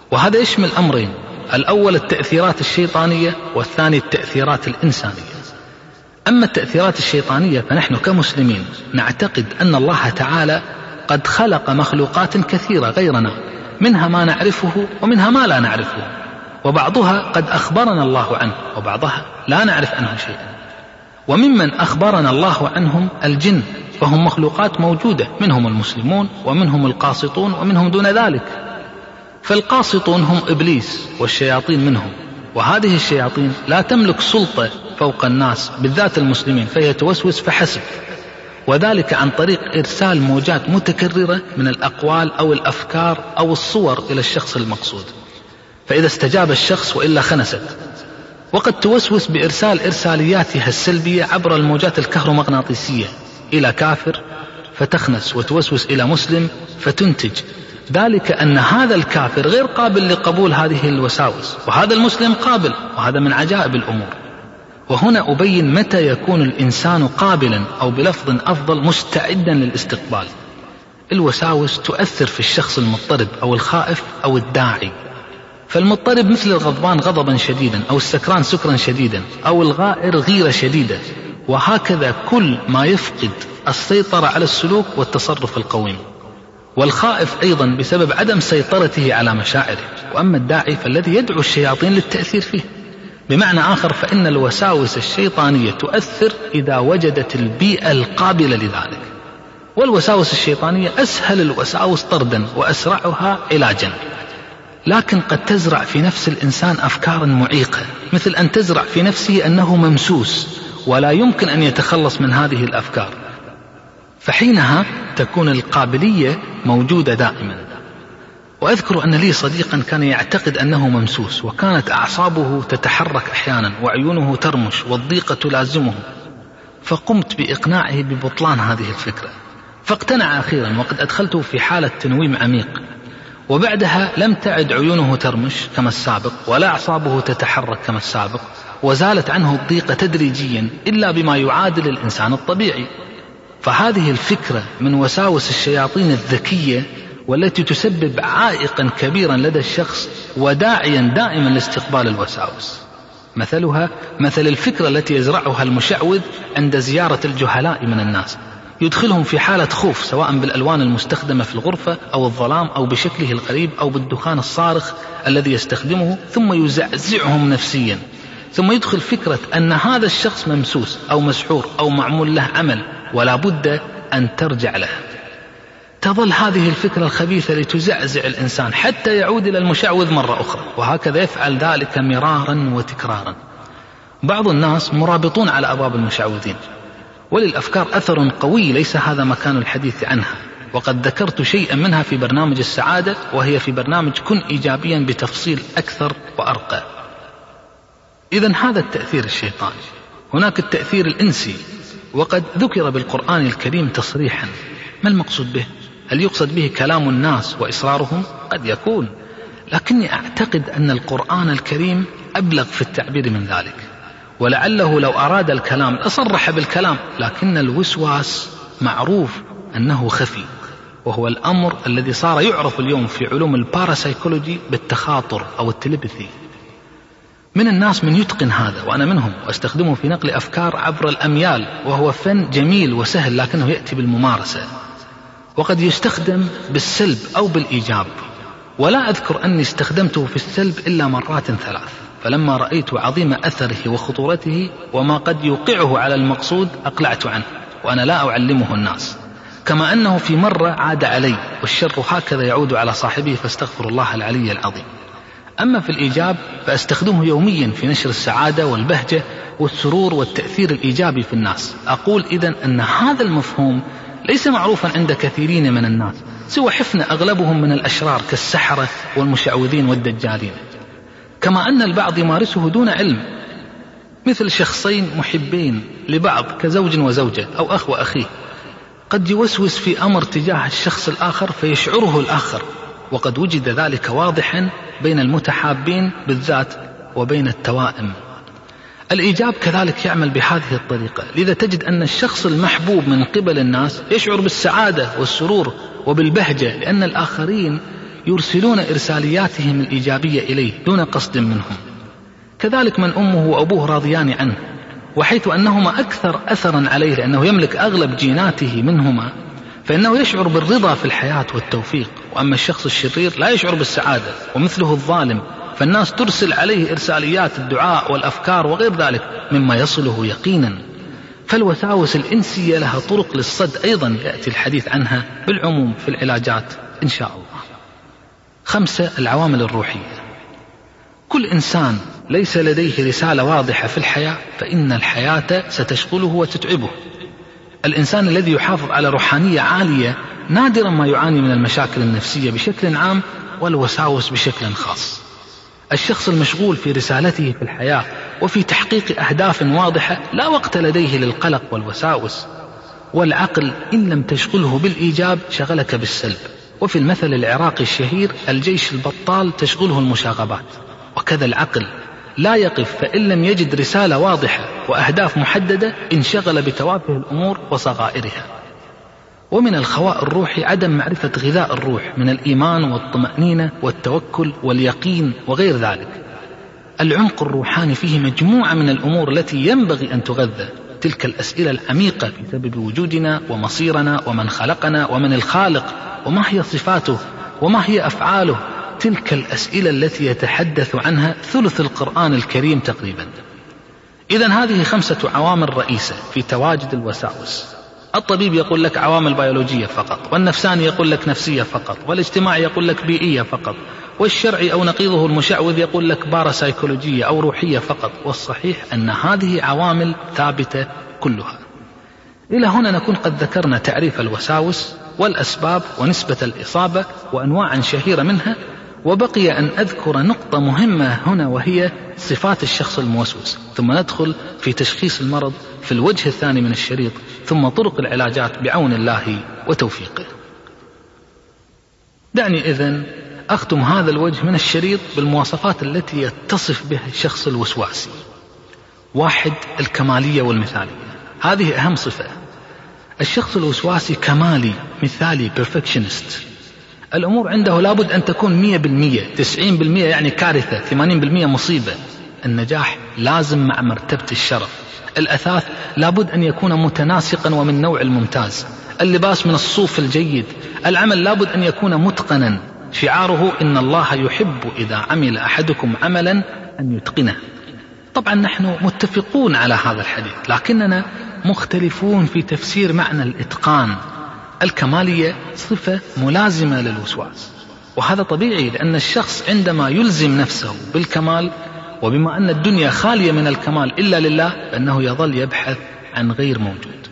وهذا يشمل أمرين: الأول التأثيرات الشيطانية، والثاني التأثيرات الإنسانية. أما التأثيرات الشيطانية فنحن كمسلمين نعتقد أن الله تعالى قد خلق مخلوقات كثيرة غيرنا، منها ما نعرفه ومنها ما لا نعرفه، وبعضها قد أخبرنا الله عنه وبعضها لا نعرف عنه شيئا. وممن أخبرنا الله عنهم الجن، فهم مخلوقات موجودة، منهم المسلمون ومنهم القاسطون ومنهم دون ذلك. فالقاسطون هم إبليس والشياطين منهم، وهذه الشياطين لا تملك سلطة فوق الناس بالذات المسلمين، فهي توسوس فحسب، وذلك عن طريق إرسال موجات متكررة من الأقوال أو الأفكار أو الصور إلى الشخص المقصود، فإذا استجاب الشخص وإلا خنست. وقد توسوس بإرسال إرسالياتها السلبية عبر الموجات الكهرومغناطيسية إلى كافر فتخنس، وتوسوس إلى مسلم فتنتج، ذلك أن هذا الكافر غير قابل لقبول هذه الوساوس، وهذا المسلم قابل، وهذا من عجائب الأمور. وهنا أبين متى يكون الإنسان قابلا، أو بلفظ أفضل مستعدا للاستقبال. الوساوس تؤثر في الشخص المضطرب أو الخائف أو الداعي. فالمضطرب مثل الغضبان غضبا شديدا، أو السكران سكرا شديدا، أو الغائر غيرة شديدة، وهكذا كل ما يفقد السيطرة على السلوك والتصرف القويم. والخائف أيضا بسبب عدم سيطرته على مشاعره. وأما الداعي فالذي يدعو الشياطين للتأثير فيه. بمعنى آخر، فإن الوساوس الشيطانية تؤثر إذا وجدت البيئة القابلة لذلك. والوساوس الشيطانية أسهل الوساوس طردا وأسرعها علاجا، لكن قد تزرع في نفس الإنسان أفكارا معيقة، مثل أن تزرع في نفسه أنه ممسوس ولا يمكن أن يتخلص من هذه الأفكار، فحينها تكون القابلية موجودة دائما. وأذكر أن لي صديقا كان يعتقد أنه ممسوس، وكانت أعصابه تتحرك أحيانا وعيونه ترمش والضيقة تلازمه، فقمت بإقناعه ببطلان هذه الفكرة، فاقتنع أخيرا، وقد أدخلته في حالة تنويم عميق، وبعدها لم تعد عيونه ترمش كما السابق ولا أعصابه تتحرك كما السابق، وزالت عنه الضيقة تدريجيا إلا بما يعادل الإنسان الطبيعي. فهذه الفكرة من وساوس الشياطين الذكية، والتي تسبب عائقا كبيرا لدى الشخص وداعيا دائما لاستقبال الوساوس. مثلها مثل الفكرة التي يزرعها المشعوذ عند زيارة الجهلاء من الناس، يدخلهم في حالة خوف، سواء بالألوان المستخدمة في الغرفة أو الظلام أو بشكله الغريب أو بالدخان الصارخ الذي يستخدمه، ثم يزعزعهم نفسيا، ثم يدخل فكرة أن هذا الشخص ممسوس أو مسحور أو معمول له عمل ولا بد أن ترجع له. تظل هذه الفكرة الخبيثة لتزعزع الإنسان حتى يعود إلى المشعوذ مرة أخرى، وهكذا يفعل ذلك مرارا وتكرارا. بعض الناس مرابطون على أبواب المشعوذين، وللأفكار أثر قوي ليس هذا مكان الحديث عنها، وقد ذكرت شيئا منها في برنامج السعادة، وهي في برنامج كن إيجابيا بتفصيل أكثر وأرقى. إذن هذا التأثير الشيطاني. هناك التأثير الإنسي، وقد ذكر بالقرآن الكريم تصريحا. ما المقصود به؟ هل يقصد به كلام الناس وإصرارهم؟ قد يكون، لكني أعتقد أن القرآن الكريم أبلغ في التعبير من ذلك، ولعله لو أراد الكلام أصرح بالكلام، لكن الوسواس معروف أنه خفي، وهو الأمر الذي صار يعرف اليوم في علوم الباراسايكولوجي بالتخاطر أو التليبثي. من الناس من يتقن هذا، وأنا منهم، واستخدمه في نقل أفكار عبر الأميال، وهو فن جميل وسهل لكنه يأتي بالممارسة، وقد يستخدم بالسلب أو بالإيجاب. ولا أذكر أني استخدمته في السلب إلا مرات 3، فلما رأيت عظيم أثره وخطورته وما قد يوقعه على المقصود أقلعت عنه، وأنا لا أعلمه الناس. كما أنه في مرة عاد علي، والشر هكذا يعود على صاحبه، فاستغفر الله العلي العظيم. أما في الإيجاب فأستخدمه يوميا في نشر السعادة والبهجة والسرور والتأثير الإيجابي في الناس. أقول إذن أن هذا المفهوم ليس معروفا عند كثيرين من الناس، سوى حفن أغلبهم من الأشرار كالسحرة والمشعوذين والدجالين. كما أن البعض يمارسه دون علم، مثل شخصين محبين لبعض كزوج وزوجة أو أخ وأخيه، قد يوسوس في أمر تجاه الشخص الآخر فيشعره الآخر، وقد وجد ذلك واضحا بين المتحابين بالذات وبين التوائم. الإيجاب كذلك يعمل بهذه الطريقة، لذا تجد أن الشخص المحبوب من قبل الناس يشعر بالسعادة والسرور وبالبهجة، لأن الآخرين يرسلون إرسالياتهم الإيجابية إليه دون قصد منهم. كذلك من أمه وأبوه راضيان عنه، وحيث أنهما أكثر أثرا عليه لأنه يملك أغلب جيناته منهما، فإنه يشعر بالرضا في الحياة والتوفيق. وأما الشخص الشرير لا يشعر بالسعادة، ومثله الظالم، فالناس ترسل عليه إرساليات الدعاء والأفكار وغير ذلك مما يصله يقينا. فالوساوس الإنسية لها طرق للصد أيضا يأتي الحديث عنها بالعموم في العلاجات إن شاء الله. 5. العوامل الروحية. كل إنسان ليس لديه رسالة واضحة في الحياة فإن الحياة ستشغله وتتعبه. الإنسان الذي يحافظ على روحانية عالية نادرا ما يعاني من المشاكل النفسية بشكل عام والوساوس بشكل خاص. الشخص المشغول في رسالته في الحياة وفي تحقيق أهداف واضحة لا وقت لديه للقلق والوساوس. والعقل إن لم تشغله بالإيجاب شغلك بالسلب. وفي المثل العراقي الشهير: الجيش البطال تشغله المشاغبات. وكذا العقل لا يقف فإن لم يجد رسالة واضحة وأهداف محددة انشغل بتوافه الأمور وصغائرها. ومن الخواء الروحي عدم معرفة غذاء الروح من الإيمان والطمأنينة والتوكل واليقين وغير ذلك. العمق الروحاني فيه مجموعة من الأمور التي ينبغي أن تغذى. تلك الأسئلة العميقة بسبب وجودنا ومصيرنا ومن خلقنا ومن الخالق وما هي صفاته وما هي أفعاله. تلك الأسئلة التي يتحدث عنها ثلث القرآن الكريم تقريبا. إذن هذه 5 عوامل رئيسة في تواجد الوساوس. الطبيب يقول لك عوامل بيولوجية فقط، والنفساني يقول لك نفسية فقط، والاجتماعي يقول لك بيئية فقط، والشرعي أو نقيضه المشعوذ يقول لك باراسايكولوجية أو روحية فقط. والصحيح أن هذه عوامل ثابتة كلها. إلى هنا نكون قد ذكرنا تعريف الوساوس والأسباب ونسبة الإصابة وأنواع شهيرة منها. وبقي أن أذكر نقطة مهمة هنا وهي صفات الشخص الموسوس، ثم ندخل في تشخيص المرض في الوجه الثاني من الشريط، ثم طرق العلاجات بعون الله وتوفيقه. دعني إذن أختم هذا الوجه من الشريط بالمواصفات التي يتصف بها الشخص الوسواسي. 1. الكمالية والمثالية. هذه أهم صفة. الشخص الوسواسي كمالي مثالي perfectionist. الأمور عنده لابد أن تكون 100%، 90% يعني كارثة، 80% مصيبة. النجاح لازم مع مرتبة الشرف. الأثاث لابد أن يكون متناسقا ومن نوع الممتاز. اللباس من الصوف الجيد. العمل لابد أن يكون متقنا. شعاره: إن الله يحب إذا عمل أحدكم عملا أن يتقنه. طبعا نحن متفقون على هذا الحديث، لكننا مختلفون في تفسير معنى الإتقان. الكمالية صفة ملازمة للوسواس، وهذا طبيعي لأن الشخص عندما يلزم نفسه بالكمال، وبما أن الدنيا خالية من الكمال إلا لله، فإنه يظل يبحث عن غير موجود.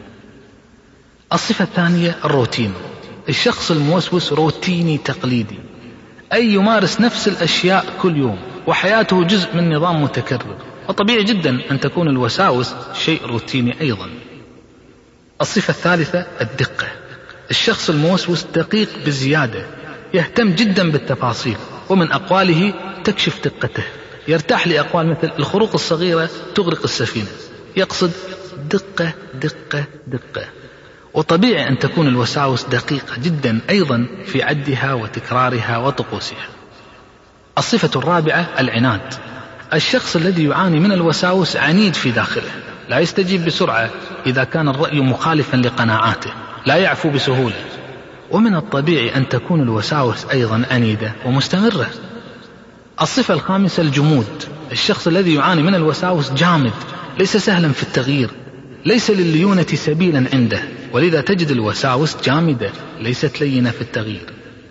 الصفة الثانية الروتين. الشخص الموسوس روتيني تقليدي، أي يمارس نفس الأشياء كل يوم، وحياته جزء من نظام متكرر. وطبيعي جدا أن تكون الوساوس شيء روتيني أيضا. الصفة الثالثة الدقة. الشخص الموسوس دقيق بزيادة، يهتم جدا بالتفاصيل، ومن أقواله تكشف دقته. يرتاح لأقوال مثل الخروق الصغيرة تغرق السفينة، يقصد دقة دقة دقة. وطبيعي أن تكون الوساوس دقيقة جدا أيضا في عدها وتكرارها وطقوسها. الصفة الرابعة العناد. الشخص الذي يعاني من الوساوس عنيد في داخله، لا يستجيب بسرعة إذا كان الرأي مخالفا لقناعاته، لا يعفو بسهولة. ومن الطبيعي أن تكون الوساوس أيضا عنيدة ومستمرة. الصفة الخامسة الجمود. الشخص الذي يعاني من الوساوس جامد، ليس سهلا في التغيير، ليس لليونة سبيلا عنده، ولذا تجد الوساوس جامدة ليست لينة في التغيير.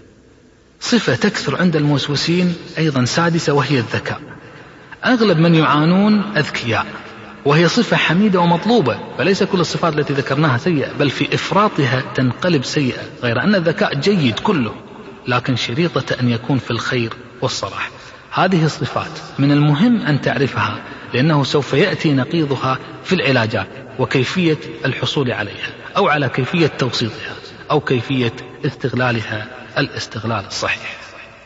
صفة تكثر عند الموسوسين أيضا سادسة وهي الذكاء. أغلب من يعانون أذكياء، وهي صفة حميدة ومطلوبة، فليس كل الصفات التي ذكرناها سيئة، بل في إفراطها تنقلب سيئة. غير أن الذكاء جيد كله، لكن شريطة أن يكون في الخير والصلاح. هذه الصفات من المهم أن تعرفها، لأنه سوف يأتي نقيضها في العلاجات وكيفية الحصول عليها، أو على كيفية توسيطها، أو كيفية استغلالها الاستغلال الصحيح.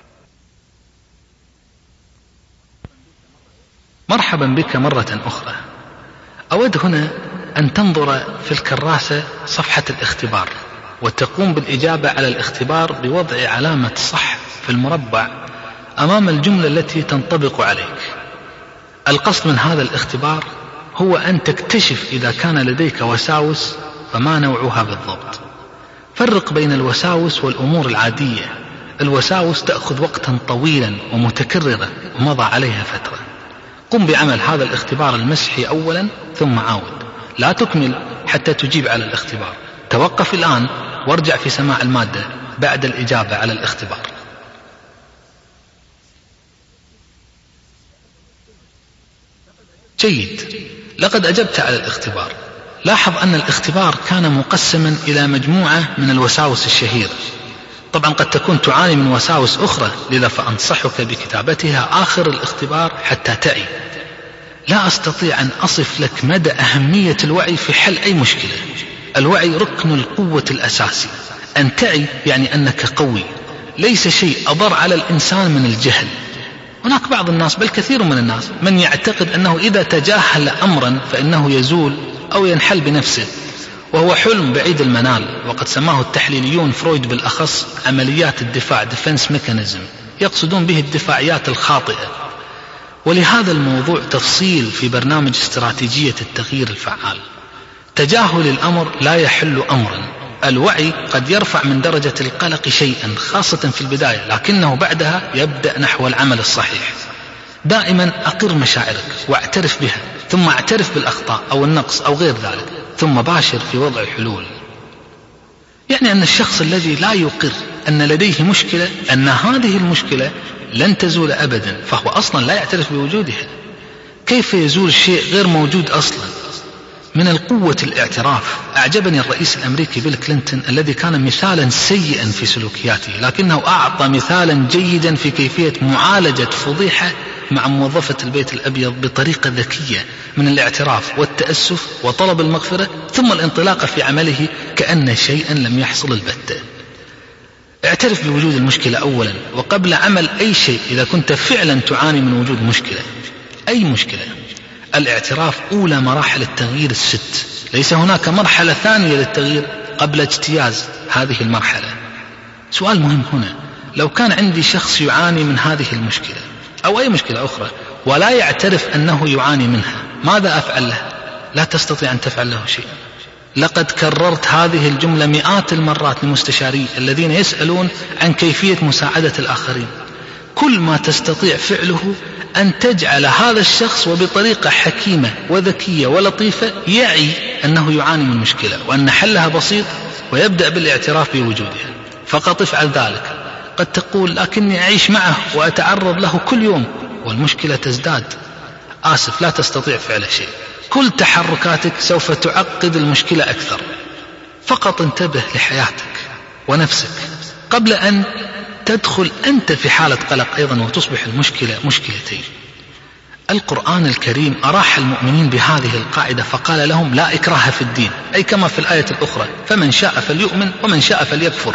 مرحبا بك مرة أخرى. أود هنا أن تنظر في الكراسة صفحة الاختبار. وتقوم بالإجابة على الاختبار بوضع علامة صح في المربع أمام الجملة التي تنطبق عليك. القصد من هذا الاختبار هو أن تكتشف إذا كان لديك وساوس فما نوعها بالضبط. فرق بين الوساوس والأمور العادية. الوساوس تأخذ وقتا طويلا ومتكررة ومضى عليها فترة. قم بعمل هذا الاختبار المسحي أولا ثم عاود، لا تكمل حتى تجيب على الاختبار. توقف الآن وارجع في سماع المادة بعد الإجابة على الاختبار. جيد، لقد أجبت على الاختبار. لاحظ أن الاختبار كان مقسما إلى مجموعة من الوساوس الشهيرة. طبعا قد تكون تعاني من وساوس أخرى، لذا فأنصحك بكتابتها آخر الاختبار حتى تعي. لا أستطيع أن أصف لك مدى أهمية الوعي في حل أي مشكلة. الوعي ركن القوة الأساسي. أن تعي يعني أنك قوي. ليس شيء أضر على الإنسان من الجهل. هناك بعض الناس، بل كثير من الناس، من يعتقد أنه إذا تجاهل أمرا فإنه يزول أو ينحل بنفسه، وهو حلم بعيد المنال. وقد سماه التحليليون، فرويد بالأخص، عمليات الدفاع defense mechanism، يقصدون به الدفاعيات الخاطئة. ولهذا الموضوع تفصيل في برنامج استراتيجية التغيير الفعال. تجاهل الأمر لا يحل أمرا. الوعي قد يرفع من درجة القلق شيئا، خاصة في البداية، لكنه بعدها يبدأ نحو العمل الصحيح. دائما أقر مشاعرك واعترف بها، ثم اعترف بالأخطاء أو النقص أو غير ذلك، ثم باشر في وضع حلول. يعني أن الشخص الذي لا يقر أن لديه مشكلة، أن هذه المشكلة لن تزول أبدا، فهو أصلا لا يعترف بوجودها. كيف يزول شيء غير موجود أصلا؟ من القوة الاعتراف. أعجبني الرئيس الأمريكي بيل كلينتون الذي كان مثالا سيئا في سلوكياته، لكنه أعطى مثالا جيدا في كيفية معالجة فضيحة مع موظفة البيت الأبيض بطريقة ذكية، من الاعتراف والتأسف وطلب المغفرة ثم الانطلاق في عمله كأن شيئا لم يحصل البتة. اعترف بوجود المشكلة أولا وقبل عمل أي شيء. إذا كنت فعلا تعاني من وجود مشكلة، أي مشكلة، الاعتراف أولى مراحل التغيير الست. ليس هناك مرحلة ثانية للتغيير قبل اجتياز هذه المرحلة. سؤال مهم هنا: لو كان عندي شخص يعاني من هذه المشكلة أو أي مشكلة أخرى ولا يعترف أنه يعاني منها، ماذا أفعل له؟ لا تستطيع أن تفعل له شيء. لقد كررت هذه الجملة مئات المرات لمستشاري الذين يسألون عن كيفية مساعدة الآخرين. كل ما تستطيع فعله أن تجعل هذا الشخص وبطريقة حكيمة وذكية ولطيفة يعي أنه يعاني من مشكلة وأن حلها بسيط، ويبدأ بالاعتراف بوجودها. فقط افعل ذلك. قد تقول: لكني أعيش معه وأتعرض له كل يوم، والمشكلة تزداد. آسف، لا تستطيع فعل شيء. كل تحركاتك سوف تعقد المشكلة أكثر. فقط انتبه لحياتك ونفسك قبل أن تدخل أنت في حالة قلق أيضا وتصبح المشكلة مشكلتين. القرآن الكريم أراح المؤمنين بهذه القاعدة فقال لهم: لا إكراه في الدين، أي كما في الآية الأخرى: فمن شاء فليؤمن ومن شاء فليكفر.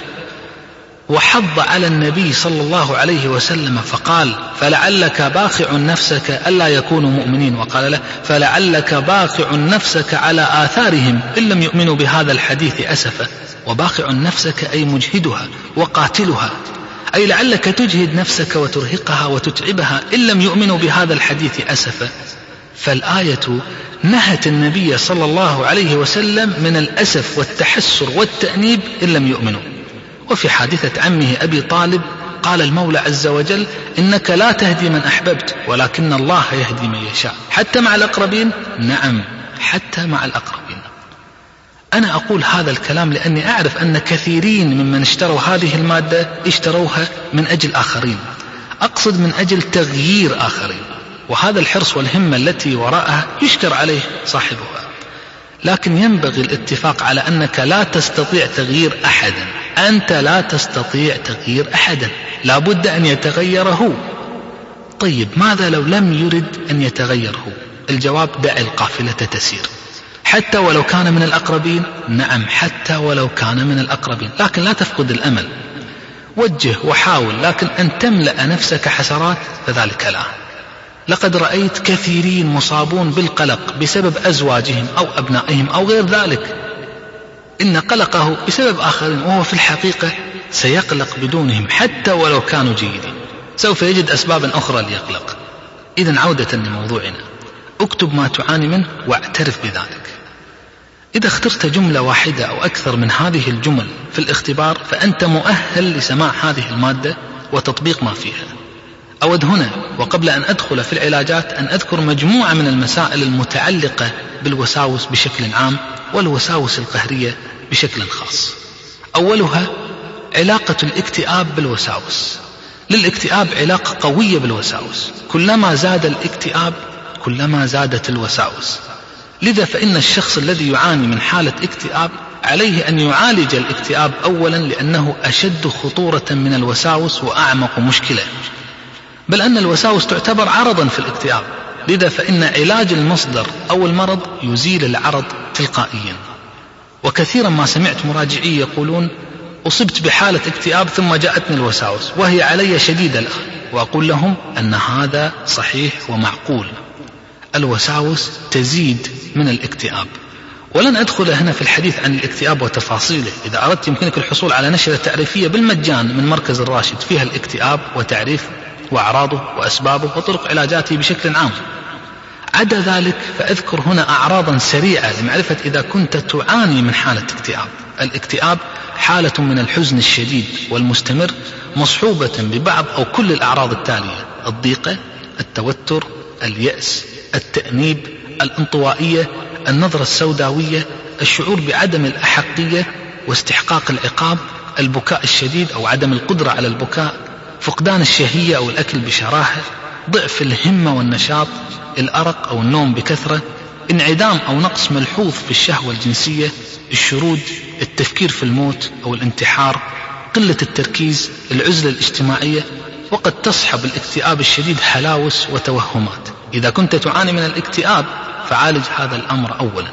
وحض على النبي صلى الله عليه وسلم فقال: فلعلك باخع نفسك ألا يكونوا مؤمنين، وقال له: فلعلك باخع نفسك على آثارهم إن لم يؤمنوا بهذا الحديث أسفا. وباخع نفسك أي مجهدها وقاتلها، أي لعلك تجهد نفسك وترهقها وتتعبها إن لم يؤمنوا بهذا الحديث أسفا. فالآية نهت النبي صلى الله عليه وسلم من الأسف والتحسر والتأنيب إن لم يؤمنوا. وفي حادثة عمه أبي طالب قال المولى عز وجل: إنك لا تهدي من أحببت ولكن الله يهدي من يشاء. حتى مع الأقربين؟ نعم، حتى مع الأقربين. أنا أقول هذا الكلام لأني أعرف أن كثيرين ممن اشتروا هذه المادة اشتروها من أجل آخرين، أقصد من أجل تغيير آخرين، وهذا الحرص والهمة التي وراءها يشكر عليه صاحبها. لكن ينبغي الاتفاق على أنك لا تستطيع تغيير أحدا. أنت لا تستطيع تغيير أحدا، لا بد أن يتغير هو. طيب ماذا لو لم يرد أن يتغير هو؟ الجواب: دع القافلة تسير. حتى ولو كان من الأقربين؟ نعم، حتى ولو كان من الأقربين، لكن لا تفقد الأمل. وجه وحاول، لكن أن تملأ نفسك حسرات فذلك لا. لقد رأيت كثيرين مصابون بالقلق بسبب أزواجهم أو أبنائهم أو غير ذلك، إن قلقه بسبب آخرين، وهو في الحقيقة سيقلق بدونهم حتى ولو كانوا جيدين، سوف يجد أسبابا أخرى ليقلق. إذن عودة لموضوعنا، اكتب ما تعاني منه واعترف بذلك. إذا اخترت جملة واحدة أو أكثر من هذه الجمل في الاختبار فأنت مؤهل لسماع هذه المادة وتطبيق ما فيها. أود هنا وقبل أن أدخل في العلاجات أن أذكر مجموعة من المسائل المتعلقة بالوساوس بشكل عام والوساوس القهرية بشكل خاص. أولها علاقة الاكتئاب بالوساوس. للاكتئاب علاقة قوية بالوساوس، كلما زاد الاكتئاب كلما زادت الوساوس. لذا فإن الشخص الذي يعاني من حالة اكتئاب عليه أن يعالج الاكتئاب أولا، لأنه أشد خطورة من الوساوس وأعمق مشكلة، بل أن الوساوس تعتبر عرضا في الاكتئاب. لذا فإن علاج المصدر أو المرض يزيل العرض تلقائيا. وكثيرا ما سمعت مراجعي يقولون أصبت بحالة اكتئاب ثم جاءتني الوساوس وهي علي شديدة الآن، وأقول لهم أن هذا صحيح ومعقول. الوساوس تزيد من الاكتئاب. ولن أدخل هنا في الحديث عن الاكتئاب وتفاصيله. إذا أردت يمكنك الحصول على نشرة تعريفية بالمجان من مركز الراشد فيها الاكتئاب وتعريف وأعراضه وأسبابه وطرق علاجاته بشكل عام. عدا ذلك فأذكر هنا أعراضا سريعة لمعرفة إذا كنت تعاني من حالة اكتئاب. الاكتئاب حالة من الحزن الشديد والمستمر مصحوبة ببعض أو كل الأعراض التالية: الضيقة، التوتر، اليأس، التأنيب، الانطوائية، النظرة السوداوية، الشعور بعدم الأحقية واستحقاق العقاب، البكاء الشديد أو عدم القدرة على البكاء، فقدان الشهية أو الأكل بشراهة، ضعف الهمة والنشاط، الأرق أو النوم بكثرة، انعدام أو نقص ملحوظ في الشهوة الجنسية، الشرود، التفكير في الموت أو الانتحار، قلة التركيز، العزلة الاجتماعية. وقد تصحب الاكتئاب الشديد هلاوس وتوهمات. إذا كنت تعاني من الاكتئاب فعالج هذا الأمر أولا.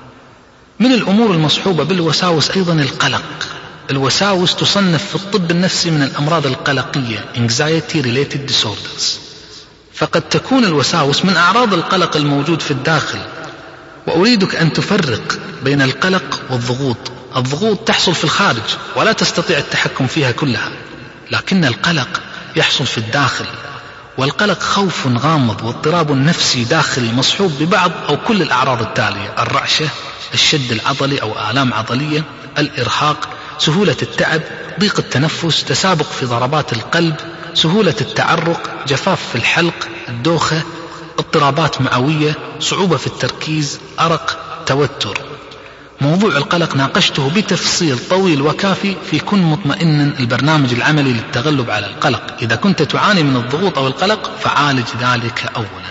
من الأمور المصحوبة بالوساوس أيضا القلق. الوساوس تصنف في الطب النفسي من الأمراض القلقية Anxiety Related Disorders. فقد تكون الوساوس من أعراض القلق الموجود في الداخل. وأريدك أن تفرق بين القلق والضغوط. الضغوط تحصل في الخارج ولا تستطيع التحكم فيها كلها، لكن القلق يحصل في الداخل. والقلق خوف غامض واضطراب نفسي داخلي مصحوب ببعض أو كل الأعراض التالية: الرعشة، الشد العضلي أو آلام عضلية، الإرهاق، سهولة التعب، ضيق التنفس، تسابق في ضربات القلب، سهولة التعرق، جفاف في الحلق، الدوخة، اضطرابات معوية، صعوبة في التركيز، أرق، توتر. موضوع القلق ناقشته بتفصيل طويل وكافي في كن مطمئنا البرنامج العملي للتغلب على القلق. إذا كنت تعاني من الضغوط أو القلق فعالج ذلك أولا.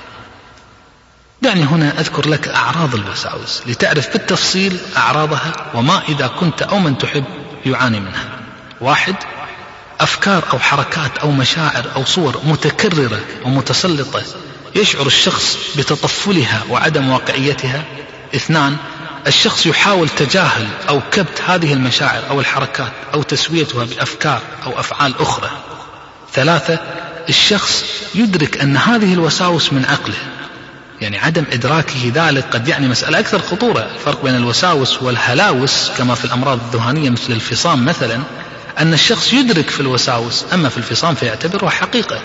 دعني هنا أذكر لك أعراض الوساوس لتعرف بالتفصيل أعراضها وما إذا كنت أو من تحب يعاني منها. 1. أفكار أو حركات أو مشاعر أو صور متكررة ومتسلطة يشعر الشخص بتطفلها وعدم واقعيتها. 2. الشخص يحاول تجاهل أو كبت هذه المشاعر أو الحركات أو تسويتها بأفكار أو أفعال أخرى. 3. الشخص يدرك أن هذه الوساوس من عقله، يعني عدم إدراكه ذلك قد يعني مسألة أكثر خطورة. الفرق بين الوساوس والهلاوس كما في الأمراض الذهانية مثل الفصام مثلا، أن الشخص يدرك في الوساوس، أما في الفصام فيعتبرها حقيقة.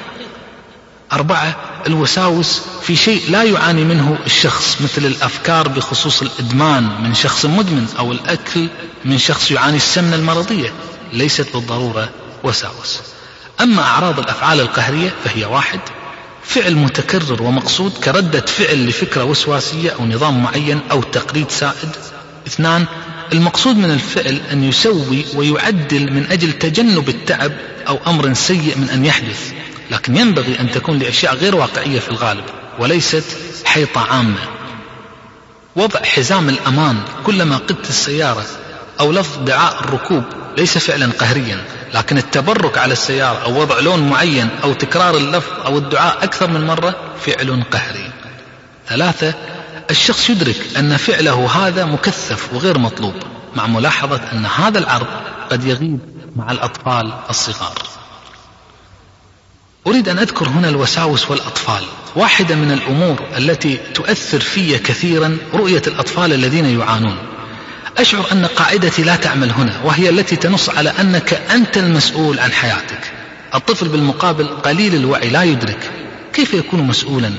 4. الوساوس في شيء لا يعاني منه الشخص، مثل الأفكار بخصوص الإدمان من شخص مدمن أو الأكل من شخص يعاني السمنة المرضية، ليست بالضرورة وساوس. أما أعراض الأفعال القهرية فهي: 1. فعل متكرر ومقصود كردة فعل لفكرة وسواسية أو نظام معين أو تقليد سائد. 2. المقصود من الفعل أن يسوي ويعدل من أجل تجنب التعب أو أمر سيء من أن يحدث، لكن ينبغي أن تكون لأشياء غير واقعية في الغالب وليست حيطة عامة. وضع حزام الأمان كلما قدت السيارة أو لفظ دعاء الركوب ليس فعلا قهريا، لكن التبرك على السيارة أو وضع لون معين أو تكرار اللفظ أو الدعاء أكثر من مرة فعل قهري. 3. الشخص يدرك أن فعله هذا مكثف وغير مطلوب، مع ملاحظة أن هذا العرض قد يغيب مع الأطفال الصغار. أريد أن أذكر هنا الوساوس والأطفال. واحدة من الأمور التي تؤثر في كثيرا رؤية الأطفال الذين يعانون. أشعر أن قاعدتي لا تعمل هنا، وهي التي تنص على أنك أنت المسؤول عن حياتك. الطفل بالمقابل قليل الوعي لا يدرك كيف يكون مسؤولا.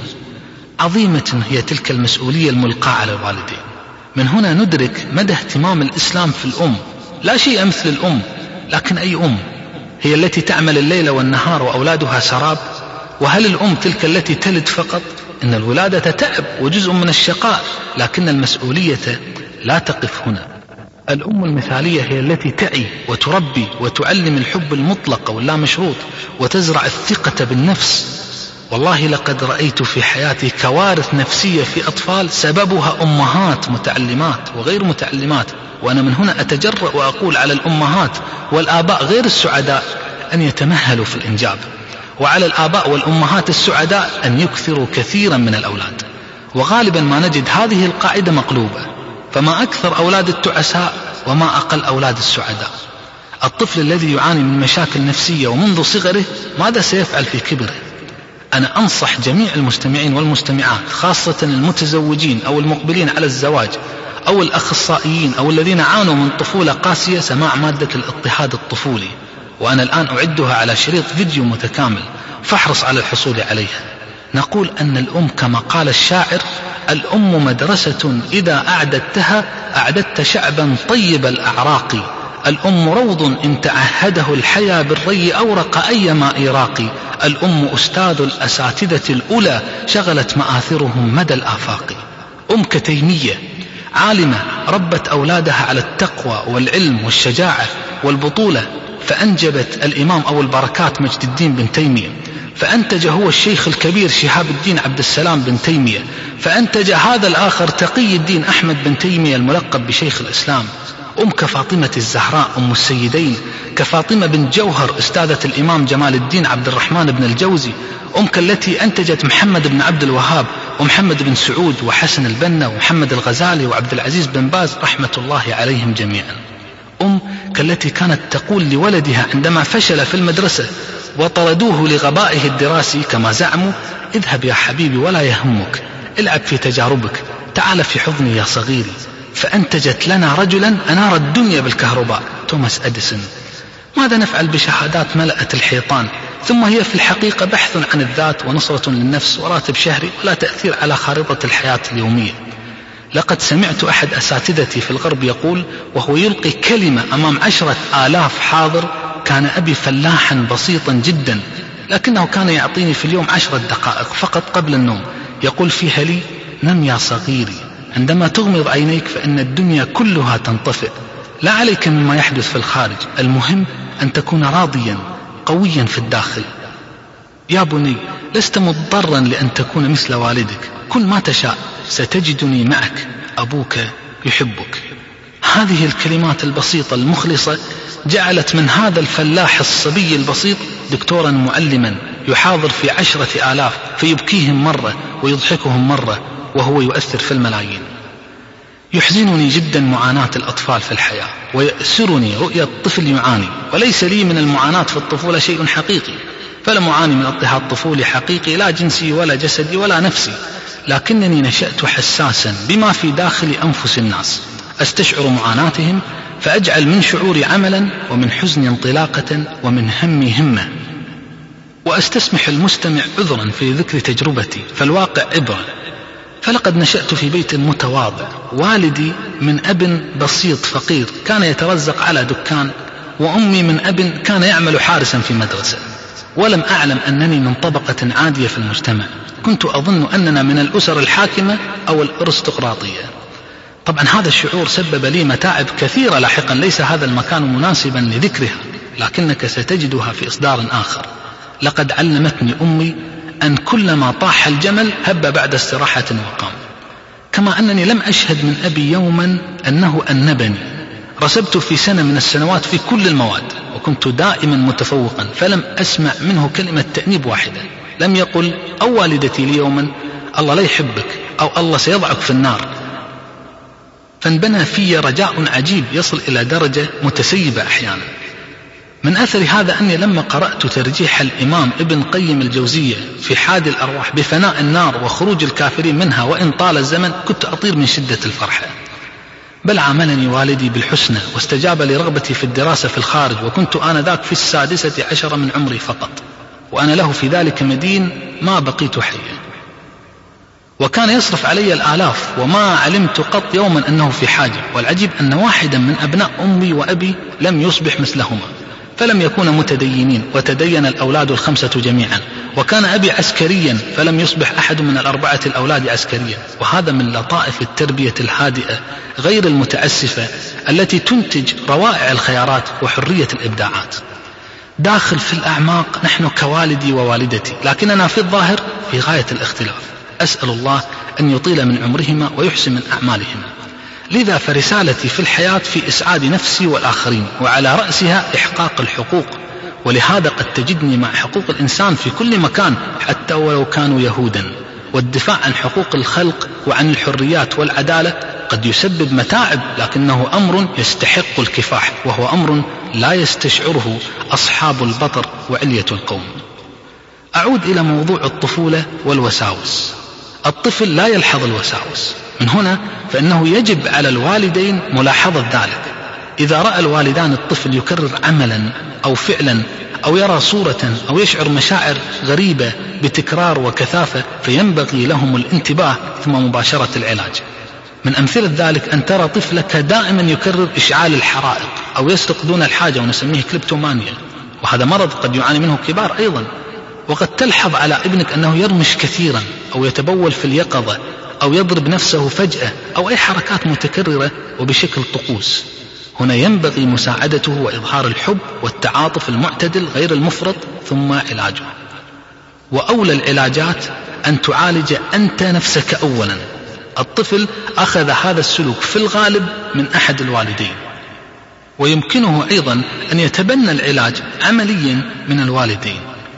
عظيمة هي تلك المسؤولية الملقاة على الوالدين. من هنا ندرك مدى اهتمام الإسلام في الأم. لا شيء مثل الأم، لكن أي أم؟ هي التي تعمل الليل والنهار وأولادها سراب؟ وهل الأم تلك التي تلد فقط؟ إن الولادة تعب وجزء من الشقاء، لكن المسؤولية لا تقف هنا. الأم المثالية هي التي تعي وتربي وتعلم الحب المطلق واللامشروط، وتزرع الثقة بالنفس. والله لقد رأيت في حياتي كوارث نفسية في أطفال سببها أمهات متعلمات وغير متعلمات. وأنا من هنا أتجرأ وأقول على الأمهات والآباء غير السعداء أن يتمهلوا في الإنجاب، وعلى الآباء والأمهات السعداء أن يكثروا كثيرا من الأولاد. وغالبا ما نجد هذه القاعدة مقلوبة، فما أكثر أولاد التعساء وما أقل أولاد السعداء. الطفل الذي يعاني من مشاكل نفسية ومنذ صغره ماذا سيفعل في كبره؟ أنا أنصح جميع المستمعين والمستمعات، خاصة المتزوجين أو المقبلين على الزواج أو الأخصائيين أو الذين عانوا من طفولة قاسية، سماع مادة الاضطهاد الطفولي، وأنا الآن أعدها على شريط فيديو متكامل، فاحرص على الحصول عليها. نقول أن الأم كما قال الشاعر: الأم مدرسة إذا أعددتها أعددت شعبا طيب الأعراق. الأم روض إن تعهده الحيا بالري أورق أيما إيراق. الأم أستاذ الأساتذة الأولى شغلت مآثرهم مدى الآفاق. أم كتيمية عالمة ربت أولادها على التقوى والعلم والشجاعة والبطولة، فأنجبت الإمام أبو البركات مجد الدين بن تيمية، فأنتج هو الشيخ الكبير شهاب الدين عبد السلام بن تيمية، فأنتج هذا الآخر تقي الدين أحمد بن تيمية الملقب بشيخ الإسلام. أم كفاطمة الزهراء أم السيدين، كفاطمة بن جوهر أستاذة الإمام جمال الدين عبد الرحمن بن الجوزي. أم كالتي أنتجت محمد بن عبد الوهاب ومحمد بن سعود وحسن البنا ومحمد الغزالي وعبد العزيز بن باز رحمة الله عليهم جميعا. أم كالتي كانت تقول لولدها عندما فشل في المدرسة وطردوه لغبائه الدراسي كما زعموا: اذهب يا حبيبي ولا يهمك، العب في تجاربك، تعال في حضني يا صغيري. فأنتجت لنا رجلا أنار الدنيا بالكهرباء، توماس أديسون. ماذا نفعل بشهادات ملأت الحيطان ثم هي في الحقيقة بحث عن الذات ونصرة للنفس وراتب شهري ولا تأثير على خارطة الحياة اليومية؟ لقد سمعت أحد أساتذتي في الغرب يقول وهو يلقي كلمة أمام 10,000 حاضر: كان أبي فلاحا بسيطا جدا، لكنه كان يعطيني في اليوم 10 دقائق فقط قبل النوم يقول فيها لي: نم يا صغيري، عندما تغمض عينيك فإن الدنيا كلها تنطفئ، لا عليك مما يحدث في الخارج، المهم أن تكون راضيا قويا في الداخل. يا بني، لست مضطرا لأن تكون مثل والدك، كن ما تشاء، ستجدني معك، أبوك يحبك. هذه الكلمات البسيطة المخلصة جعلت من هذا الفلاح الصبي البسيط دكتورا معلما يحاضر في 10,000، فيبكيهم مرة ويضحكهم مرة، وهو يؤثر في الملايين. يحزنني جدا معاناة الأطفال في الحياة، ويأسرني رؤية الطفل يعاني، وليس لي من المعاناة في الطفولة شيء حقيقي، فلم أعاني من اضطهاد طفولي حقيقي، لا جنسي ولا جسدي ولا نفسي، لكنني نشأت حساسا بما في داخل أنفس الناس، أستشعر معاناتهم فأجعل من شعوري عملا، ومن حزني انطلاقة، ومن همي همة. وأستسمح المستمع عذرا في ذكر تجربتي، فالواقع عبرة. فلقد نشأت في بيت متواضع، والدي من أب بسيط فقير كان يترزق على دكان، وأمي من أب كان يعمل حارسا في مدرسة، ولم أعلم أنني من طبقة عادية في المجتمع، كنت أظن أننا من الأسر الحاكمة أو الأرستقراطية. طبعا هذا الشعور سبب لي متاعب كثيرة لاحقا، ليس هذا المكان مناسبا لذكرها، لكنك ستجدها في إصدار آخر. لقد علمتني أمي أن كلما طاح الجمل هب بعد استراحة وقام، كما أنني لم أشهد من أبي يوما أنه أنبني. رسبت في سنة من السنوات في كل المواد، وكنت دائما متفوقا، فلم أسمع منه كلمة تأنيب واحدة. لم يقل أو والدتي لي يوما: الله لا يحبك، أو الله سيضعك في النار. فانبنى في رجاء عجيب يصل إلى درجة متسيبة أحيانا. من أثر هذا أني لما قرأت ترجيح الإمام ابن قيم الجوزية في حاد الأرواح بفناء النار وخروج الكافرين منها وإن طال الزمن، كنت أطير من شدة الفرحة. بل عاملني والدي بالحسنى واستجاب لرغبتي في الدراسة في الخارج، وكنت آنذاك في 16 من عمري فقط، وأنا له في ذلك مدين ما بقيت حيا، وكان يصرف علي الآلاف وما علمت قط يوما أنه في حاجة. والعجيب أن واحدا من أبناء أمي وأبي لم يصبح مثلهما، فلم يكونا متدينين، وتدين الأولاد 5 جميعا، وكان أبي عسكريا فلم يصبح أحد من 4 الأولاد عسكريا. وهذا من لطائف التربية الهادئة غير المتأسفة التي تنتج روائع الخيارات وحرية الإبداعات. داخل في الأعماق نحن كوالدي ووالدتي، لكننا في الظاهر في غاية الاختلاف. أسأل الله أن يطيل من عمرهما ويحسن من أعمالهما. لذا فرسالتي في الحياة في إسعاد نفسي والآخرين، وعلى رأسها إحقاق الحقوق، ولهذا قد تجدني مع حقوق الإنسان في كل مكان حتى ولو كانوا يهودا. والدفاع عن حقوق الخلق وعن الحريات والعدالة قد يسبب متاعب، لكنه أمر يستحق الكفاح، وهو أمر لا يستشعره أصحاب البطر وعلية القوم. أعود إلى موضوع الطفولة والوساوس. الطفل لا يلحظ الوساوس، من هنا فإنه يجب على الوالدين ملاحظة ذلك. إذا رأى الوالدان الطفل يكرر عملا أو فعلا أو يرى صورة أو يشعر مشاعر غريبة بتكرار وكثافة، فينبغي لهم الانتباه ثم مباشرة العلاج. من أمثلة ذلك أن ترى طفلك دائما يكرر إشعال الحرائق أو يسرق دون الحاجة، ونسميه كليبتومانيا، وهذا مرض قد يعاني منه الكبار أيضا. وقد تلحظ على ابنك أنه يرمش كثيرا أو يتبول في اليقظة أو يضرب نفسه فجأة أو أي حركات متكررة وبشكل طقوس. هنا ينبغي مساعدته وإظهار الحب والتعاطف المعتدل غير المفرط ثم علاجه. وأولى العلاجات أن تعالج أنت نفسك أولا. الطفل أخذ هذا السلوك في الغالب من أحد الوالدين، ويمكنه أيضا أن يتبنى العلاج عمليا من الوالدين.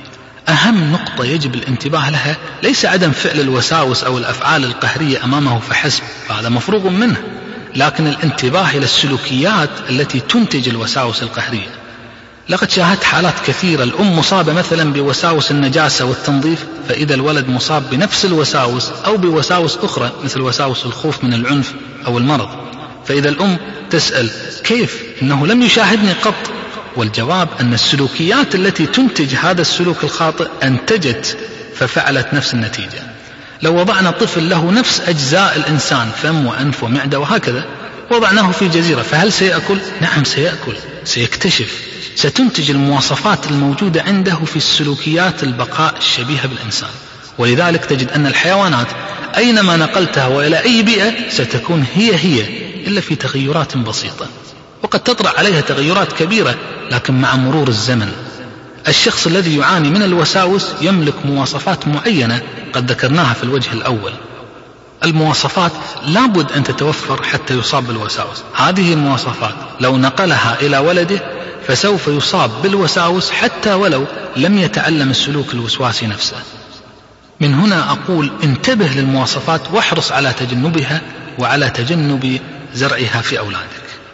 أهم نقطة يجب الانتباه لها ليس عدم فعل الوساوس أو الأفعال القهرية أمامه فحسب، فهذا مفروغ منه، لكن الانتباه إلى السلوكيات التي تنتج الوساوس القهرية. لقد شاهدت حالات كثيرة، الأم مصابة مثلا بوساوس النجاسة والتنظيف، فإذا الولد مصاب بنفس الوساوس أو بوساوس أخرى مثل وساوس الخوف من العنف أو المرض، فإذا الأم تسأل كيف إنه لم يشاهدني قط، والجواب أن السلوكيات التي تنتج هذا السلوك الخاطئ أنتجت ففعلت نفس النتيجة. لو وضعنا طفل له نفس أجزاء الإنسان، فم وأنف ومعدة وهكذا، وضعناه في جزيرة، فهل سيأكل؟ نعم سيأكل، سيكتشف، ستنتج المواصفات الموجودة عنده في السلوكيات البقاء الشبيهة بالإنسان. ولذلك تجد أن الحيوانات أينما نقلتها وإلى أي بيئة ستكون هي إلا في تغيرات بسيطة، وقد تطرأ عليها تغيرات كبيرة لكن مع مرور الزمن. الشخص الذي يعاني من الوساوس يملك مواصفات معينة قد ذكرناها في الوجه الأول. المواصفات لابد أن تتوفر حتى يصاب بالوساوس. هذه المواصفات لو نقلها إلى ولده فسوف يصاب بالوساوس حتى ولو لم يتعلم السلوك الوسواسي نفسه. من هنا أقول انتبه للمواصفات واحرص على تجنبها وعلى تجنب زرعها في أولادك.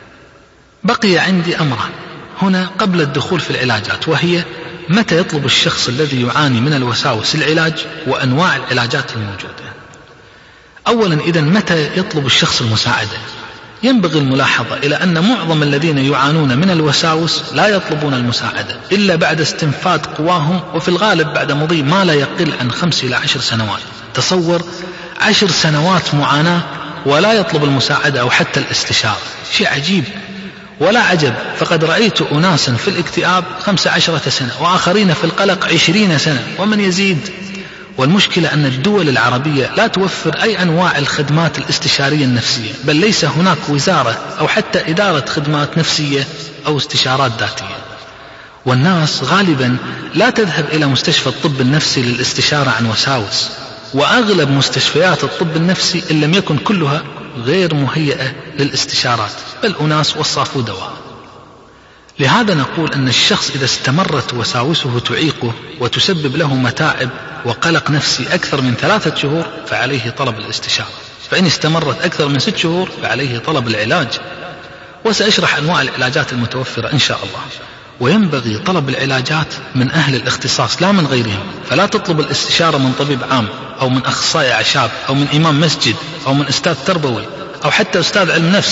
بقي عندي أمران هنا قبل الدخول في العلاجات، وهي متى يطلب الشخص الذي يعاني من الوساوس العلاج وأنواع العلاجات الموجودة. أولا، إذن متى يطلب الشخص المساعدة؟ ينبغي الملاحظة إلى أن معظم الذين يعانون من الوساوس لا يطلبون المساعدة إلا بعد استنفاد قواهم، وفي الغالب بعد مضي ما لا يقل عن 5 إلى 10 سنوات. تصور 10 سنوات معاناة ولا يطلب المساعدة أو حتى الاستشارة، شيء عجيب. ولا عجب، فقد رأيت أناسا في الاكتئاب 15 سنة، وآخرين في القلق 20 سنة ومن يزيد. والمشكلة أن الدول العربية لا توفر أي أنواع الخدمات الاستشارية النفسية، بل ليس هناك وزارة أو حتى إدارة خدمات نفسية أو استشارات ذاتية. والناس غالبا لا تذهب إلى مستشفى الطب النفسي للاستشارة عن وساوس، وأغلب مستشفيات الطب النفسي إن لم يكن كلها غير مهيئة للاستشارات، بل أناس وصفوا دواء. لهذا نقول أن الشخص إذا استمرت وساوسه تعيقه وتسبب له متاعب وقلق نفسي أكثر من 3 شهور فعليه طلب الاستشارة، فإن استمرت أكثر من 6 شهور فعليه طلب العلاج. وسأشرح أنواع العلاجات المتوفرة إن شاء الله. وينبغي طلب العلاجات من أهل الاختصاص لا من غيرهم، فلا تطلب الاستشارة من طبيب عام أو من أخصائي أعشاب أو من إمام مسجد أو من أستاذ تربوي أو حتى أستاذ علم نفس،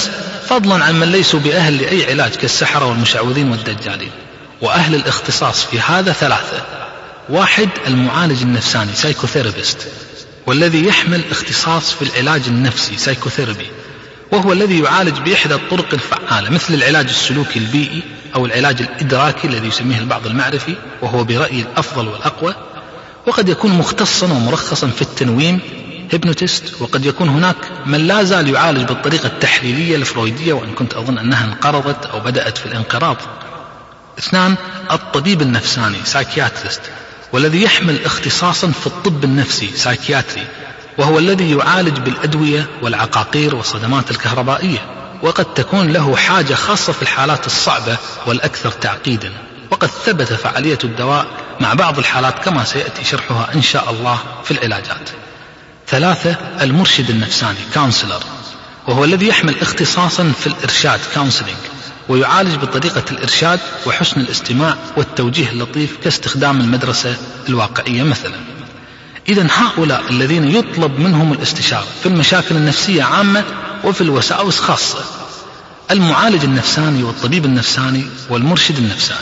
فضلا عن من ليسوا بأهل لأي علاج كالسحرة والمشعوذين والدجالين. وأهل الاختصاص في هذا ثلاثة: واحد المعالج النفساني سايكوثيرابيست، والذي يحمل اختصاص في العلاج النفسي سايكوثيرابي، وهو الذي يعالج بإحدى الطرق الفعالة مثل العلاج السلوكي البيئي أو العلاج الإدراكي الذي يسميه البعض المعرفي، وهو برأيي الأفضل والأقوى، وقد يكون مختصا ومرخصا في التنويم هيبنوتست، وقد يكون هناك من لا زال يعالج بالطريقة التحليلية الفرويدية، وإن كنت أظن أنها انقرضت أو بدأت في الانقراض. اثنان الطبيب النفساني سايكياتريست، والذي يحمل اختصاصا في الطب النفسي سايكياتري، وهو الذي يعالج بالأدوية والعقاقير والصدمات الكهربائية، وقد تكون له حاجة خاصة في الحالات الصعبة والأكثر تعقيدا، وقد ثبت فعالية الدواء مع بعض الحالات كما سيأتي شرحها إن شاء الله في العلاجات. ثلاثة المرشد النفساني كونسلر، وهو الذي يحمل اختصاصا في الإرشاد كونسلينج، ويعالج بطريقة الإرشاد وحسن الاستماع والتوجيه اللطيف كاستخدام المدرسة الواقعية مثلا. إذن هؤلاء الذين يطلب منهم الاستشارة في المشاكل النفسية عامة وفي الوساوس خاصة: المعالج النفساني والطبيب النفساني والمرشد النفساني.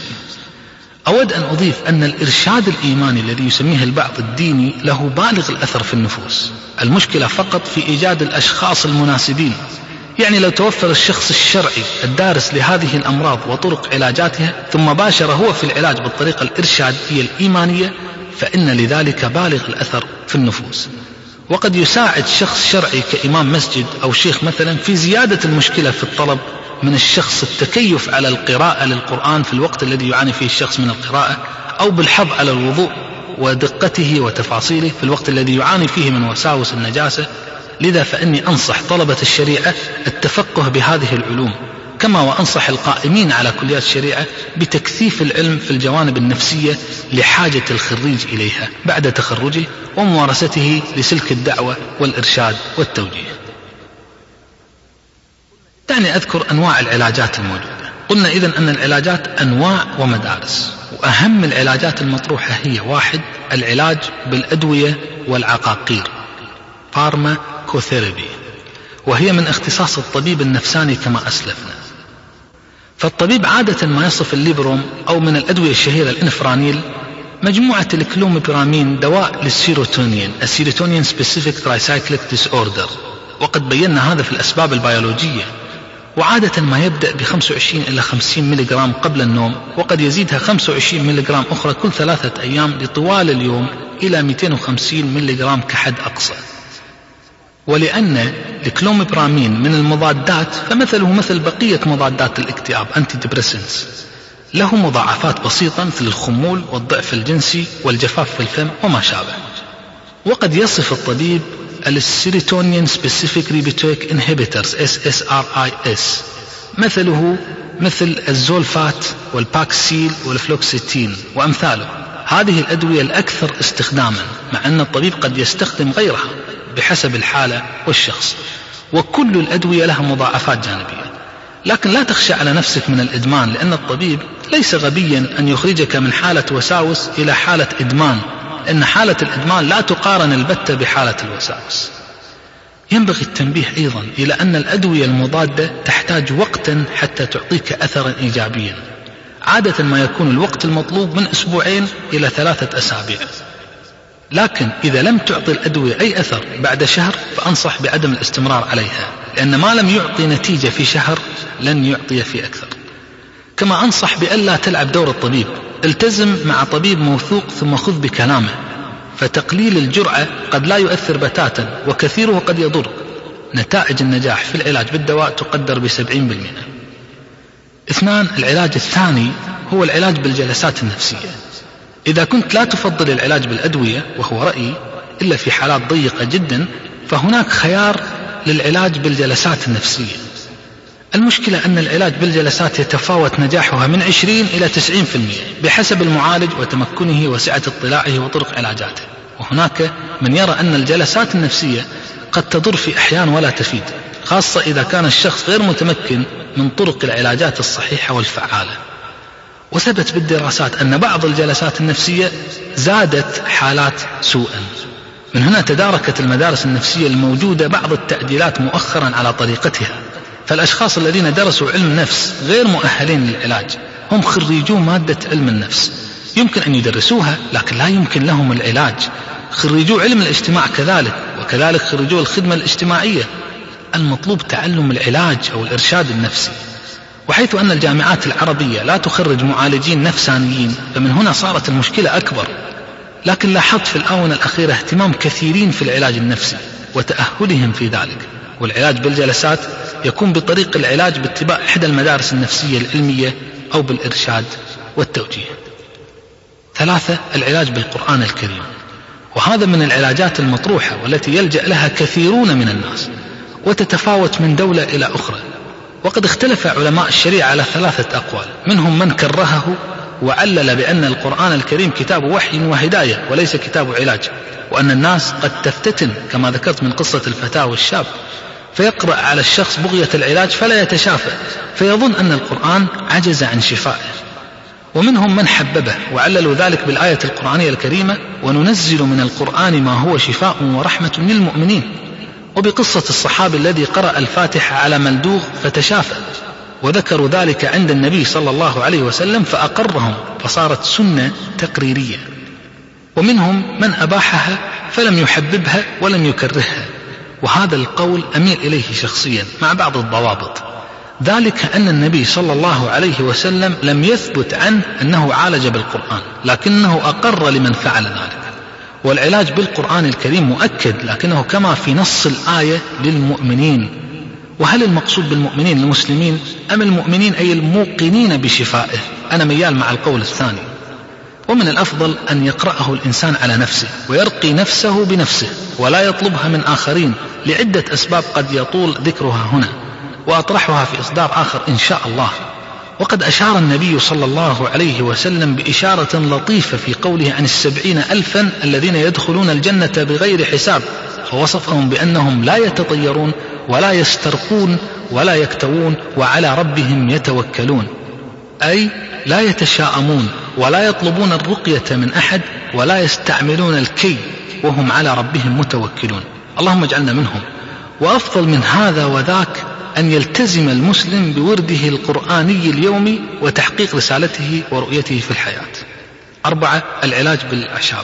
أود أن أضيف أن الإرشاد الإيماني الذي يسميه البعض الديني له بالغ الأثر في النفوس، المشكلة فقط في إيجاد الأشخاص المناسبين. يعني لو توفر الشخص الشرعي الدارس لهذه الأمراض وطرق علاجاتها ثم باشر هو في العلاج بالطريقة الإرشادية الإيمانية، فإن لذلك بالغ الأثر في النفوس. وقد يساعد شخص شرعي كإمام مسجد أو شيخ مثلا في زيادة المشكلة في الطلب من الشخص التكيف على القراءة للقرآن في الوقت الذي يعاني فيه الشخص من القراءة، أو بالحظ على الوضوء ودقته وتفاصيله في الوقت الذي يعاني فيه من وساوس النجاسة. لذا فإني أنصح طلبة الشريعة التفقه بهذه العلوم، كما وأنصح القائمين على كليات الشريعة بتكثيف العلم في الجوانب النفسية لحاجة الخريج إليها بعد تخرجه وممارسته لسلك الدعوة والإرشاد والتوجيه. دعني أذكر أنواع العلاجات الموجودة. قلنا إذن أن العلاجات أنواع ومدارس، وأهم العلاجات المطروحة هي: واحد العلاج بالأدوية والعقاقير فارماكوثيرابي، وهي من اختصاص الطبيب النفساني كما أسلفنا. فالطبيب عادة ما يصف الليبروم أو من الأدوية الشهيرة الإنفرانيل مجموعة الكلوميبرامين دواء للسيروتونين السيروتونين سبيسيفيك ترايسايكليك ديس أوردر، وقد بينا هذا في الأسباب البيولوجية. وعادة ما يبدأ ب25 إلى 50 ملغرام قبل النوم، وقد يزيدها 25 ملغرام أخرى كل 3 أيام لطوال اليوم إلى 250 ملغرام كحد أقصى. ولأن الكلوميبرامين من المضادات فمثله مثل بقية مضادات الاكتئاب أنتي ديبريسنس، له مضاعفات بسيطة مثل الخمول والضعف الجنسي والجفاف في الفم وما شابه. وقد يصف الطبيب السيروتونين سبيسيفيك ريبيتويك انهبيترز SSRIs مثله مثل الزولفات والباكسيل والفلوكسيتين وأمثاله. هذه الأدوية الأكثر استخداما، مع أن الطبيب قد يستخدم غيرها بحسب الحالة والشخص، وكل الأدوية لها مضاعفات جانبية. لكن لا تخشى على نفسك من الإدمان، لأن الطبيب ليس غبيا أن يخرجك من حالة وساوس إلى حالة إدمان، لأن حالة الإدمان لا تقارن البتة بحالة الوساوس. ينبغي التنبيه أيضا إلى أن الأدوية المضادة تحتاج وقتا حتى تعطيك أثرا إيجابيا. عادة ما يكون الوقت المطلوب من 2 إلى 3 أسابيع، لكن إذا لم تعطي الأدوية أي أثر بعد شهر فأنصح بعدم الاستمرار عليها، لأن ما لم يعطي نتيجة في شهر لن يعطي في أكثر. كما أنصح بألا تلعب دور الطبيب، التزم مع طبيب موثوق ثم خذ بكلامه، فتقليل الجرعة قد لا يؤثر بتاتا وكثيره قد يضر. نتائج النجاح في العلاج بالدواء تقدر ب70%. 2 العلاج الثاني هو العلاج بالجلسات النفسية. إذا كنت لا تفضل العلاج بالأدوية، وهو رأيي إلا في حالات ضيقة جدا، فهناك خيار للعلاج بالجلسات النفسية. المشكلة أن العلاج بالجلسات يتفاوت نجاحها من 20 إلى 90% بحسب المعالج وتمكنه وسعة اطلاعه وطرق علاجاته. وهناك من يرى أن الجلسات النفسية قد تضر في أحيان ولا تفيد، خاصة إذا كان الشخص غير متمكن من طرق العلاجات الصحيحة والفعالة. وثبت بالدراسات أن بعض الجلسات النفسية زادت حالات سوءا. من هنا تداركت المدارس النفسية الموجودة بعض التعديلات مؤخرا على طريقتها، فالأشخاص الذين درسوا علم النفس غير مؤهلين للعلاج، هم خريجو مادة علم النفس، يمكن أن يدرسوها لكن لا يمكن لهم العلاج. خريجو علم الاجتماع كذلك، وكذلك خريجو الخدمة الاجتماعية. المطلوب تعلم العلاج أو الإرشاد النفسي. وحيث أن الجامعات العربية لا تخرج معالجين نفسانيين، فمن هنا صارت المشكلة أكبر. لكن لاحظت في الآونة الأخيرة اهتمام كثيرين في العلاج النفسي وتأهلهم في ذلك. والعلاج بالجلسات يكون بطريق العلاج باتباع إحدى المدارس النفسية العلمية أو بالإرشاد والتوجيه. 3. العلاج بالقرآن الكريم، وهذا من العلاجات المطروحة والتي يلجأ لها كثيرون من الناس، وتتفاوت من دولة إلى أخرى. وقد اختلف علماء الشريعة على 3 أقوال، منهم من كرهه وعلل بأن القرآن الكريم كتاب وحي وهداية وليس كتاب علاج، وأن الناس قد تفتتن كما ذكرت من قصة الفتاة والشاب، فيقرأ على الشخص بغية العلاج فلا يتشافى، فيظن أن القرآن عجز عن شفائه. ومنهم من حببه وعللوا ذلك بالآية القرآنية الكريمة: وننزل من القرآن ما هو شفاء ورحمة للمؤمنين، وبقصة الصحابي الذي قرأ الفاتحة على ملدوغ فتشافى، وذكروا ذلك عند النبي صلى الله عليه وسلم فأقرهم، فصارت سنة تقريرية. ومنهم من أباحها فلم يحببها ولم يكرهها، وهذا القول أميل إليه شخصيا مع بعض الضوابط، ذلك أن النبي صلى الله عليه وسلم لم يثبت عنه أنه عالج بالقرآن، لكنه أقر لمن فعل ذلك. والعلاج بالقرآن الكريم مؤكد، لكنه كما في نص الآية للمؤمنين. وهل المقصود بالمؤمنين المسلمين أم المؤمنين أي الموقنين بشفائه؟ أنا ميال مع القول الثاني. ومن الأفضل أن يقرأه الإنسان على نفسه ويرقي نفسه بنفسه، ولا يطلبها من آخرين لعدة أسباب قد يطول ذكرها هنا، وأطرحها في إصدار آخر إن شاء الله. وقد أشار النبي صلى الله عليه وسلم بإشارة لطيفة في قوله عن 70,000 الذين يدخلون الجنة بغير حساب، فوصفهم بأنهم لا يتطيرون ولا يسترقون ولا يكتوون وعلى ربهم يتوكلون، أي لا يتشاءمون ولا يطلبون الرقية من أحد ولا يستعملون الكي، وهم على ربهم متوكلون. اللهم اجعلنا منهم. وأفضل من هذا وذاك أن يلتزم المسلم بورده القرآني اليومي وتحقيق رسالته ورؤيته في الحياة. 4. العلاج بالأعشاب.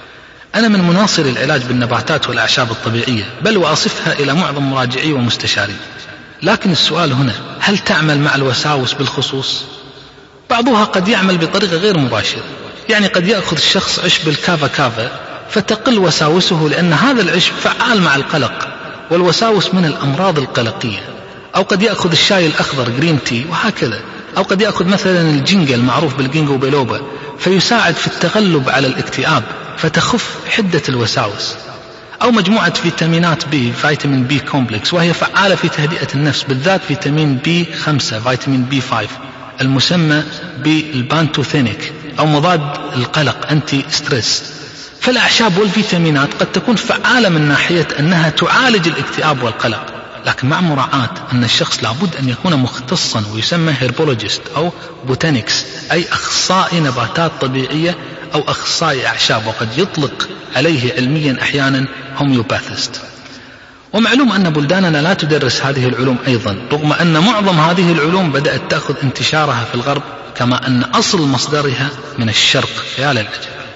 أنا من مناصر العلاج بالنباتات والأعشاب الطبيعية، بل وأصفها إلى معظم مراجعي ومستشاري. لكن السؤال هنا: هل تعمل مع الوساوس بالخصوص؟ بعضها قد يعمل بطريقة غير مباشرة، يعني قد يأخذ الشخص عشب الكافا فتقل وساوسه، لأن هذا العشب فعال مع القلق، والوساوس من الأمراض القلقية. أو قد يأخذ الشاي الأخضر جرين تي وهكذا. أو قد يأخذ مثلا الجنجا المعروف بالجينجو بيلوبا فيساعد في التغلب على الاكتئاب فتخف حدة الوساوس. أو مجموعة فيتامينات بي، فيتامين بي كومبلكس، وهي فعالة في تهدئة النفس، بالذات فيتامين بي 5 فيتامين بي 5 المسمى بالبانتوثينيك، أو مضاد القلق أنتي ستريس. فالأعشاب والفيتامينات قد تكون فعالة من ناحية أنها تعالج الاكتئاب والقلق، لكن مع مراعاة أن الشخص لابد أن يكون مختصا ويسمى هيربولوجيست أو بوتانيكس، أي أخصائي نباتات طبيعية أو أخصائي أعشاب، وقد يطلق عليه علميا أحيانا هوميوباثيست. ومعلوم أن بلداننا لا تدرس هذه العلوم أيضا، رغم أن معظم هذه العلوم بدأت تأخذ انتشارها في الغرب، كما أن أصل مصدرها من الشرق. يا للعجب.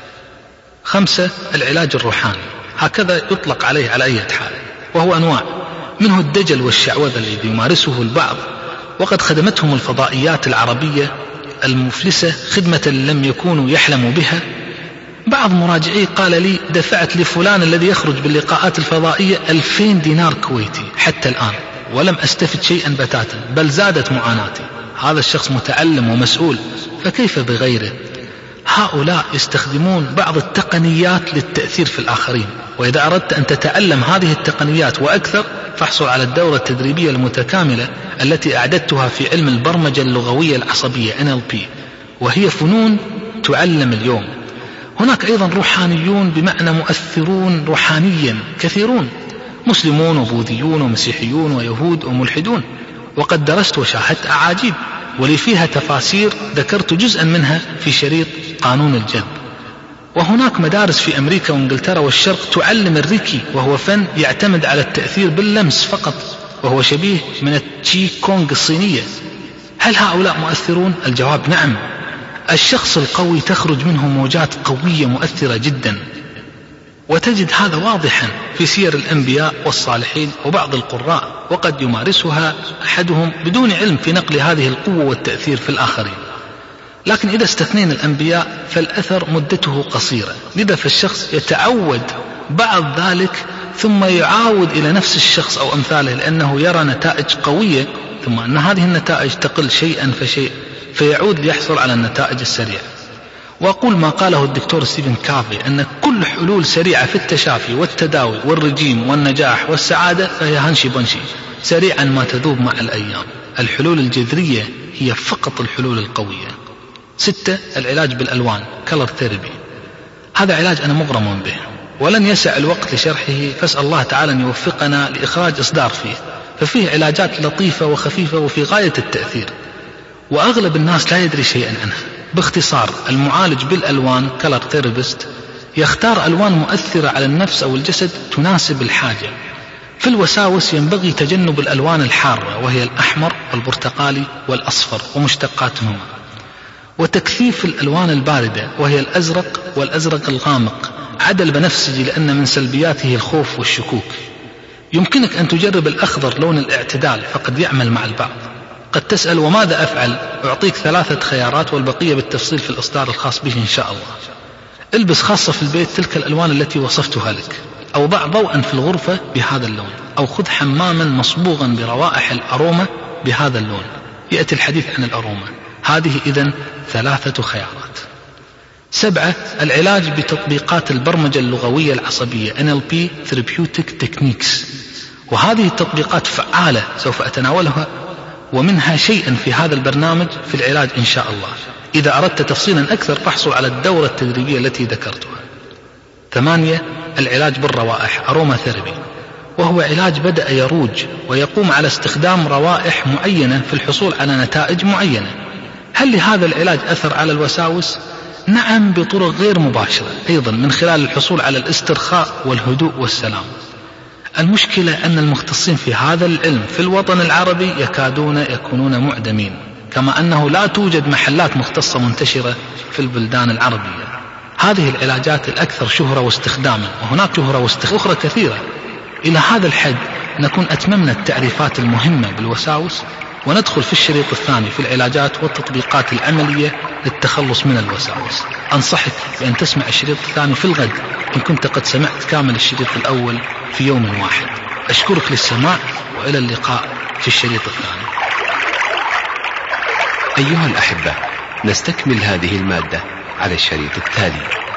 5. العلاج الروحاني، هكذا يطلق عليه على أي حال، وهو أنواع، منه الدجل والشعوذة الذي يمارسه البعض، وقد خدمتهم الفضائيات العربية المفلسة خدمة لم يكونوا يحلموا بها. بعض مراجعي قال لي: دفعت لفلان الذي يخرج باللقاءات الفضائية 2000 دينار كويتي حتى الآن ولم أستفد شيئا بتاتا، بل زادت معاناتي. هذا الشخص متعلم ومسؤول، فكيف بغيره؟ هؤلاء يستخدمون بعض التقنيات للتأثير في الآخرين، وإذا أردت أن تتعلم هذه التقنيات وأكثر فاحصل على الدورة التدريبية المتكاملة التي أعددتها في علم البرمجة اللغوية العصبية NLP، وهي فنون تعلم اليوم. هناك أيضا روحانيون بمعنى مؤثرون روحانيا كثيرون، مسلمون وبوذيون ومسيحيون ويهود وملحدون، وقد درست وشاهدت أعاجيب، ولي فيها تفاسير ذكرت جزءا منها في شريط قانون الجذب. وهناك مدارس في أمريكا وإنجلترا والشرق تعلم الريكي، وهو فن يعتمد على التأثير باللمس فقط، وهو شبيه من التشي كونغ الصينية. هل هؤلاء مؤثرون؟ الجواب نعم. الشخص القوي تخرج منه موجات قوية مؤثرة جدا، وتجد هذا واضحا في سير الأنبياء والصالحين وبعض القراء، وقد يمارسها أحدهم بدون علم في نقل هذه القوة والتأثير في الآخرين. لكن إذا استثنينا الأنبياء فالأثر مدته قصيرة، لذا فالشخص يتعود بعض ذلك ثم يعاود إلى نفس الشخص أو أمثاله، لأنه يرى نتائج قوية، ثم أن هذه النتائج تقل شيئا فشيء، فيعود ليحصل على النتائج السريعة. وأقول ما قاله الدكتور ستيفن كافي، أن كل حلول سريعة في التشافي والتداوي والرجيم والنجاح والسعادة فهي هنشي بنشي، سريعا ما تذوب مع الأيام. الحلول الجذرية هي فقط الحلول القوية. 6. العلاج بالألوان color therapy. هذا علاج أنا مغرم به ولن يسع الوقت لشرحه، فاسأل الله تعالى أن يوفقنا لإخراج إصدار فيه، ففيه علاجات لطيفة وخفيفة وفي غاية التأثير، وأغلب الناس لا يدري شيئا عنها. باختصار، المعالج بالألوان color therapist يختار ألوان مؤثرة على النفس أو الجسد تناسب الحاجة. في الوساوس ينبغي تجنب الألوان الحارة، وهي الأحمر والبرتقالي والأصفر ومشتقاتهما، وتكثيف الألوان الباردة، وهي الأزرق والأزرق الغامق، عدا البنفسجي لأن من سلبياته الخوف والشكوك. يمكنك أن تجرب الأخضر لون الاعتدال، فقد يعمل مع البعض. قد تسأل وماذا أفعل؟ أعطيك 3 خيارات والبقية بالتفصيل في الإصدار الخاص به إن شاء الله. البس خاصة في البيت تلك الألوان التي وصفتها لك، أو ضع ضوءا في الغرفة بهذا اللون، أو خذ حماما مصبوغا بروائح الأروما بهذا اللون. يأتي الحديث عن الأروما. هذه إذن 3 خيارات. 7. العلاج بتطبيقات البرمجة اللغوية العصبية NLP Therapeutic Techniques، وهذه التطبيقات فعالة سوف أتناولها ومنها شيئا في هذا البرنامج في العلاج إن شاء الله. إذا أردت تفصيلا أكثر فاحصل على الدورة التدريبية التي ذكرتها. 8. العلاج بالروائح أروما ثيرابي، وهو علاج بدأ يروج ويقوم على استخدام روائح معينة في الحصول على نتائج معينة. هل لهذا العلاج أثر على الوساوس؟ نعم، بطرق غير مباشرة أيضا، من خلال الحصول على الاسترخاء والهدوء والسلام. المشكلة أن المختصين في هذا العلم في الوطن العربي يكادون يكونون معدمين، كما أنه لا توجد محلات مختصة منتشرة في البلدان العربية. هذه العلاجات الأكثر شهرة واستخداما، وهناك شهرة أخرى كثيرة. إلى هذا الحد نكون أتممنا التعريفات المهمة بالوساوس، وندخل في الشريط الثاني في العلاجات والتطبيقات العملية للتخلص من الوساوس. أنصحك بأن تسمع الشريط الثاني في الغد إن كنت قد سمعت كامل الشريط الأول في يوم واحد. أشكرك للسماع، وإلى اللقاء في الشريط الثاني. أيها الأحبة، نستكمل هذه المادة على الشريط التالي.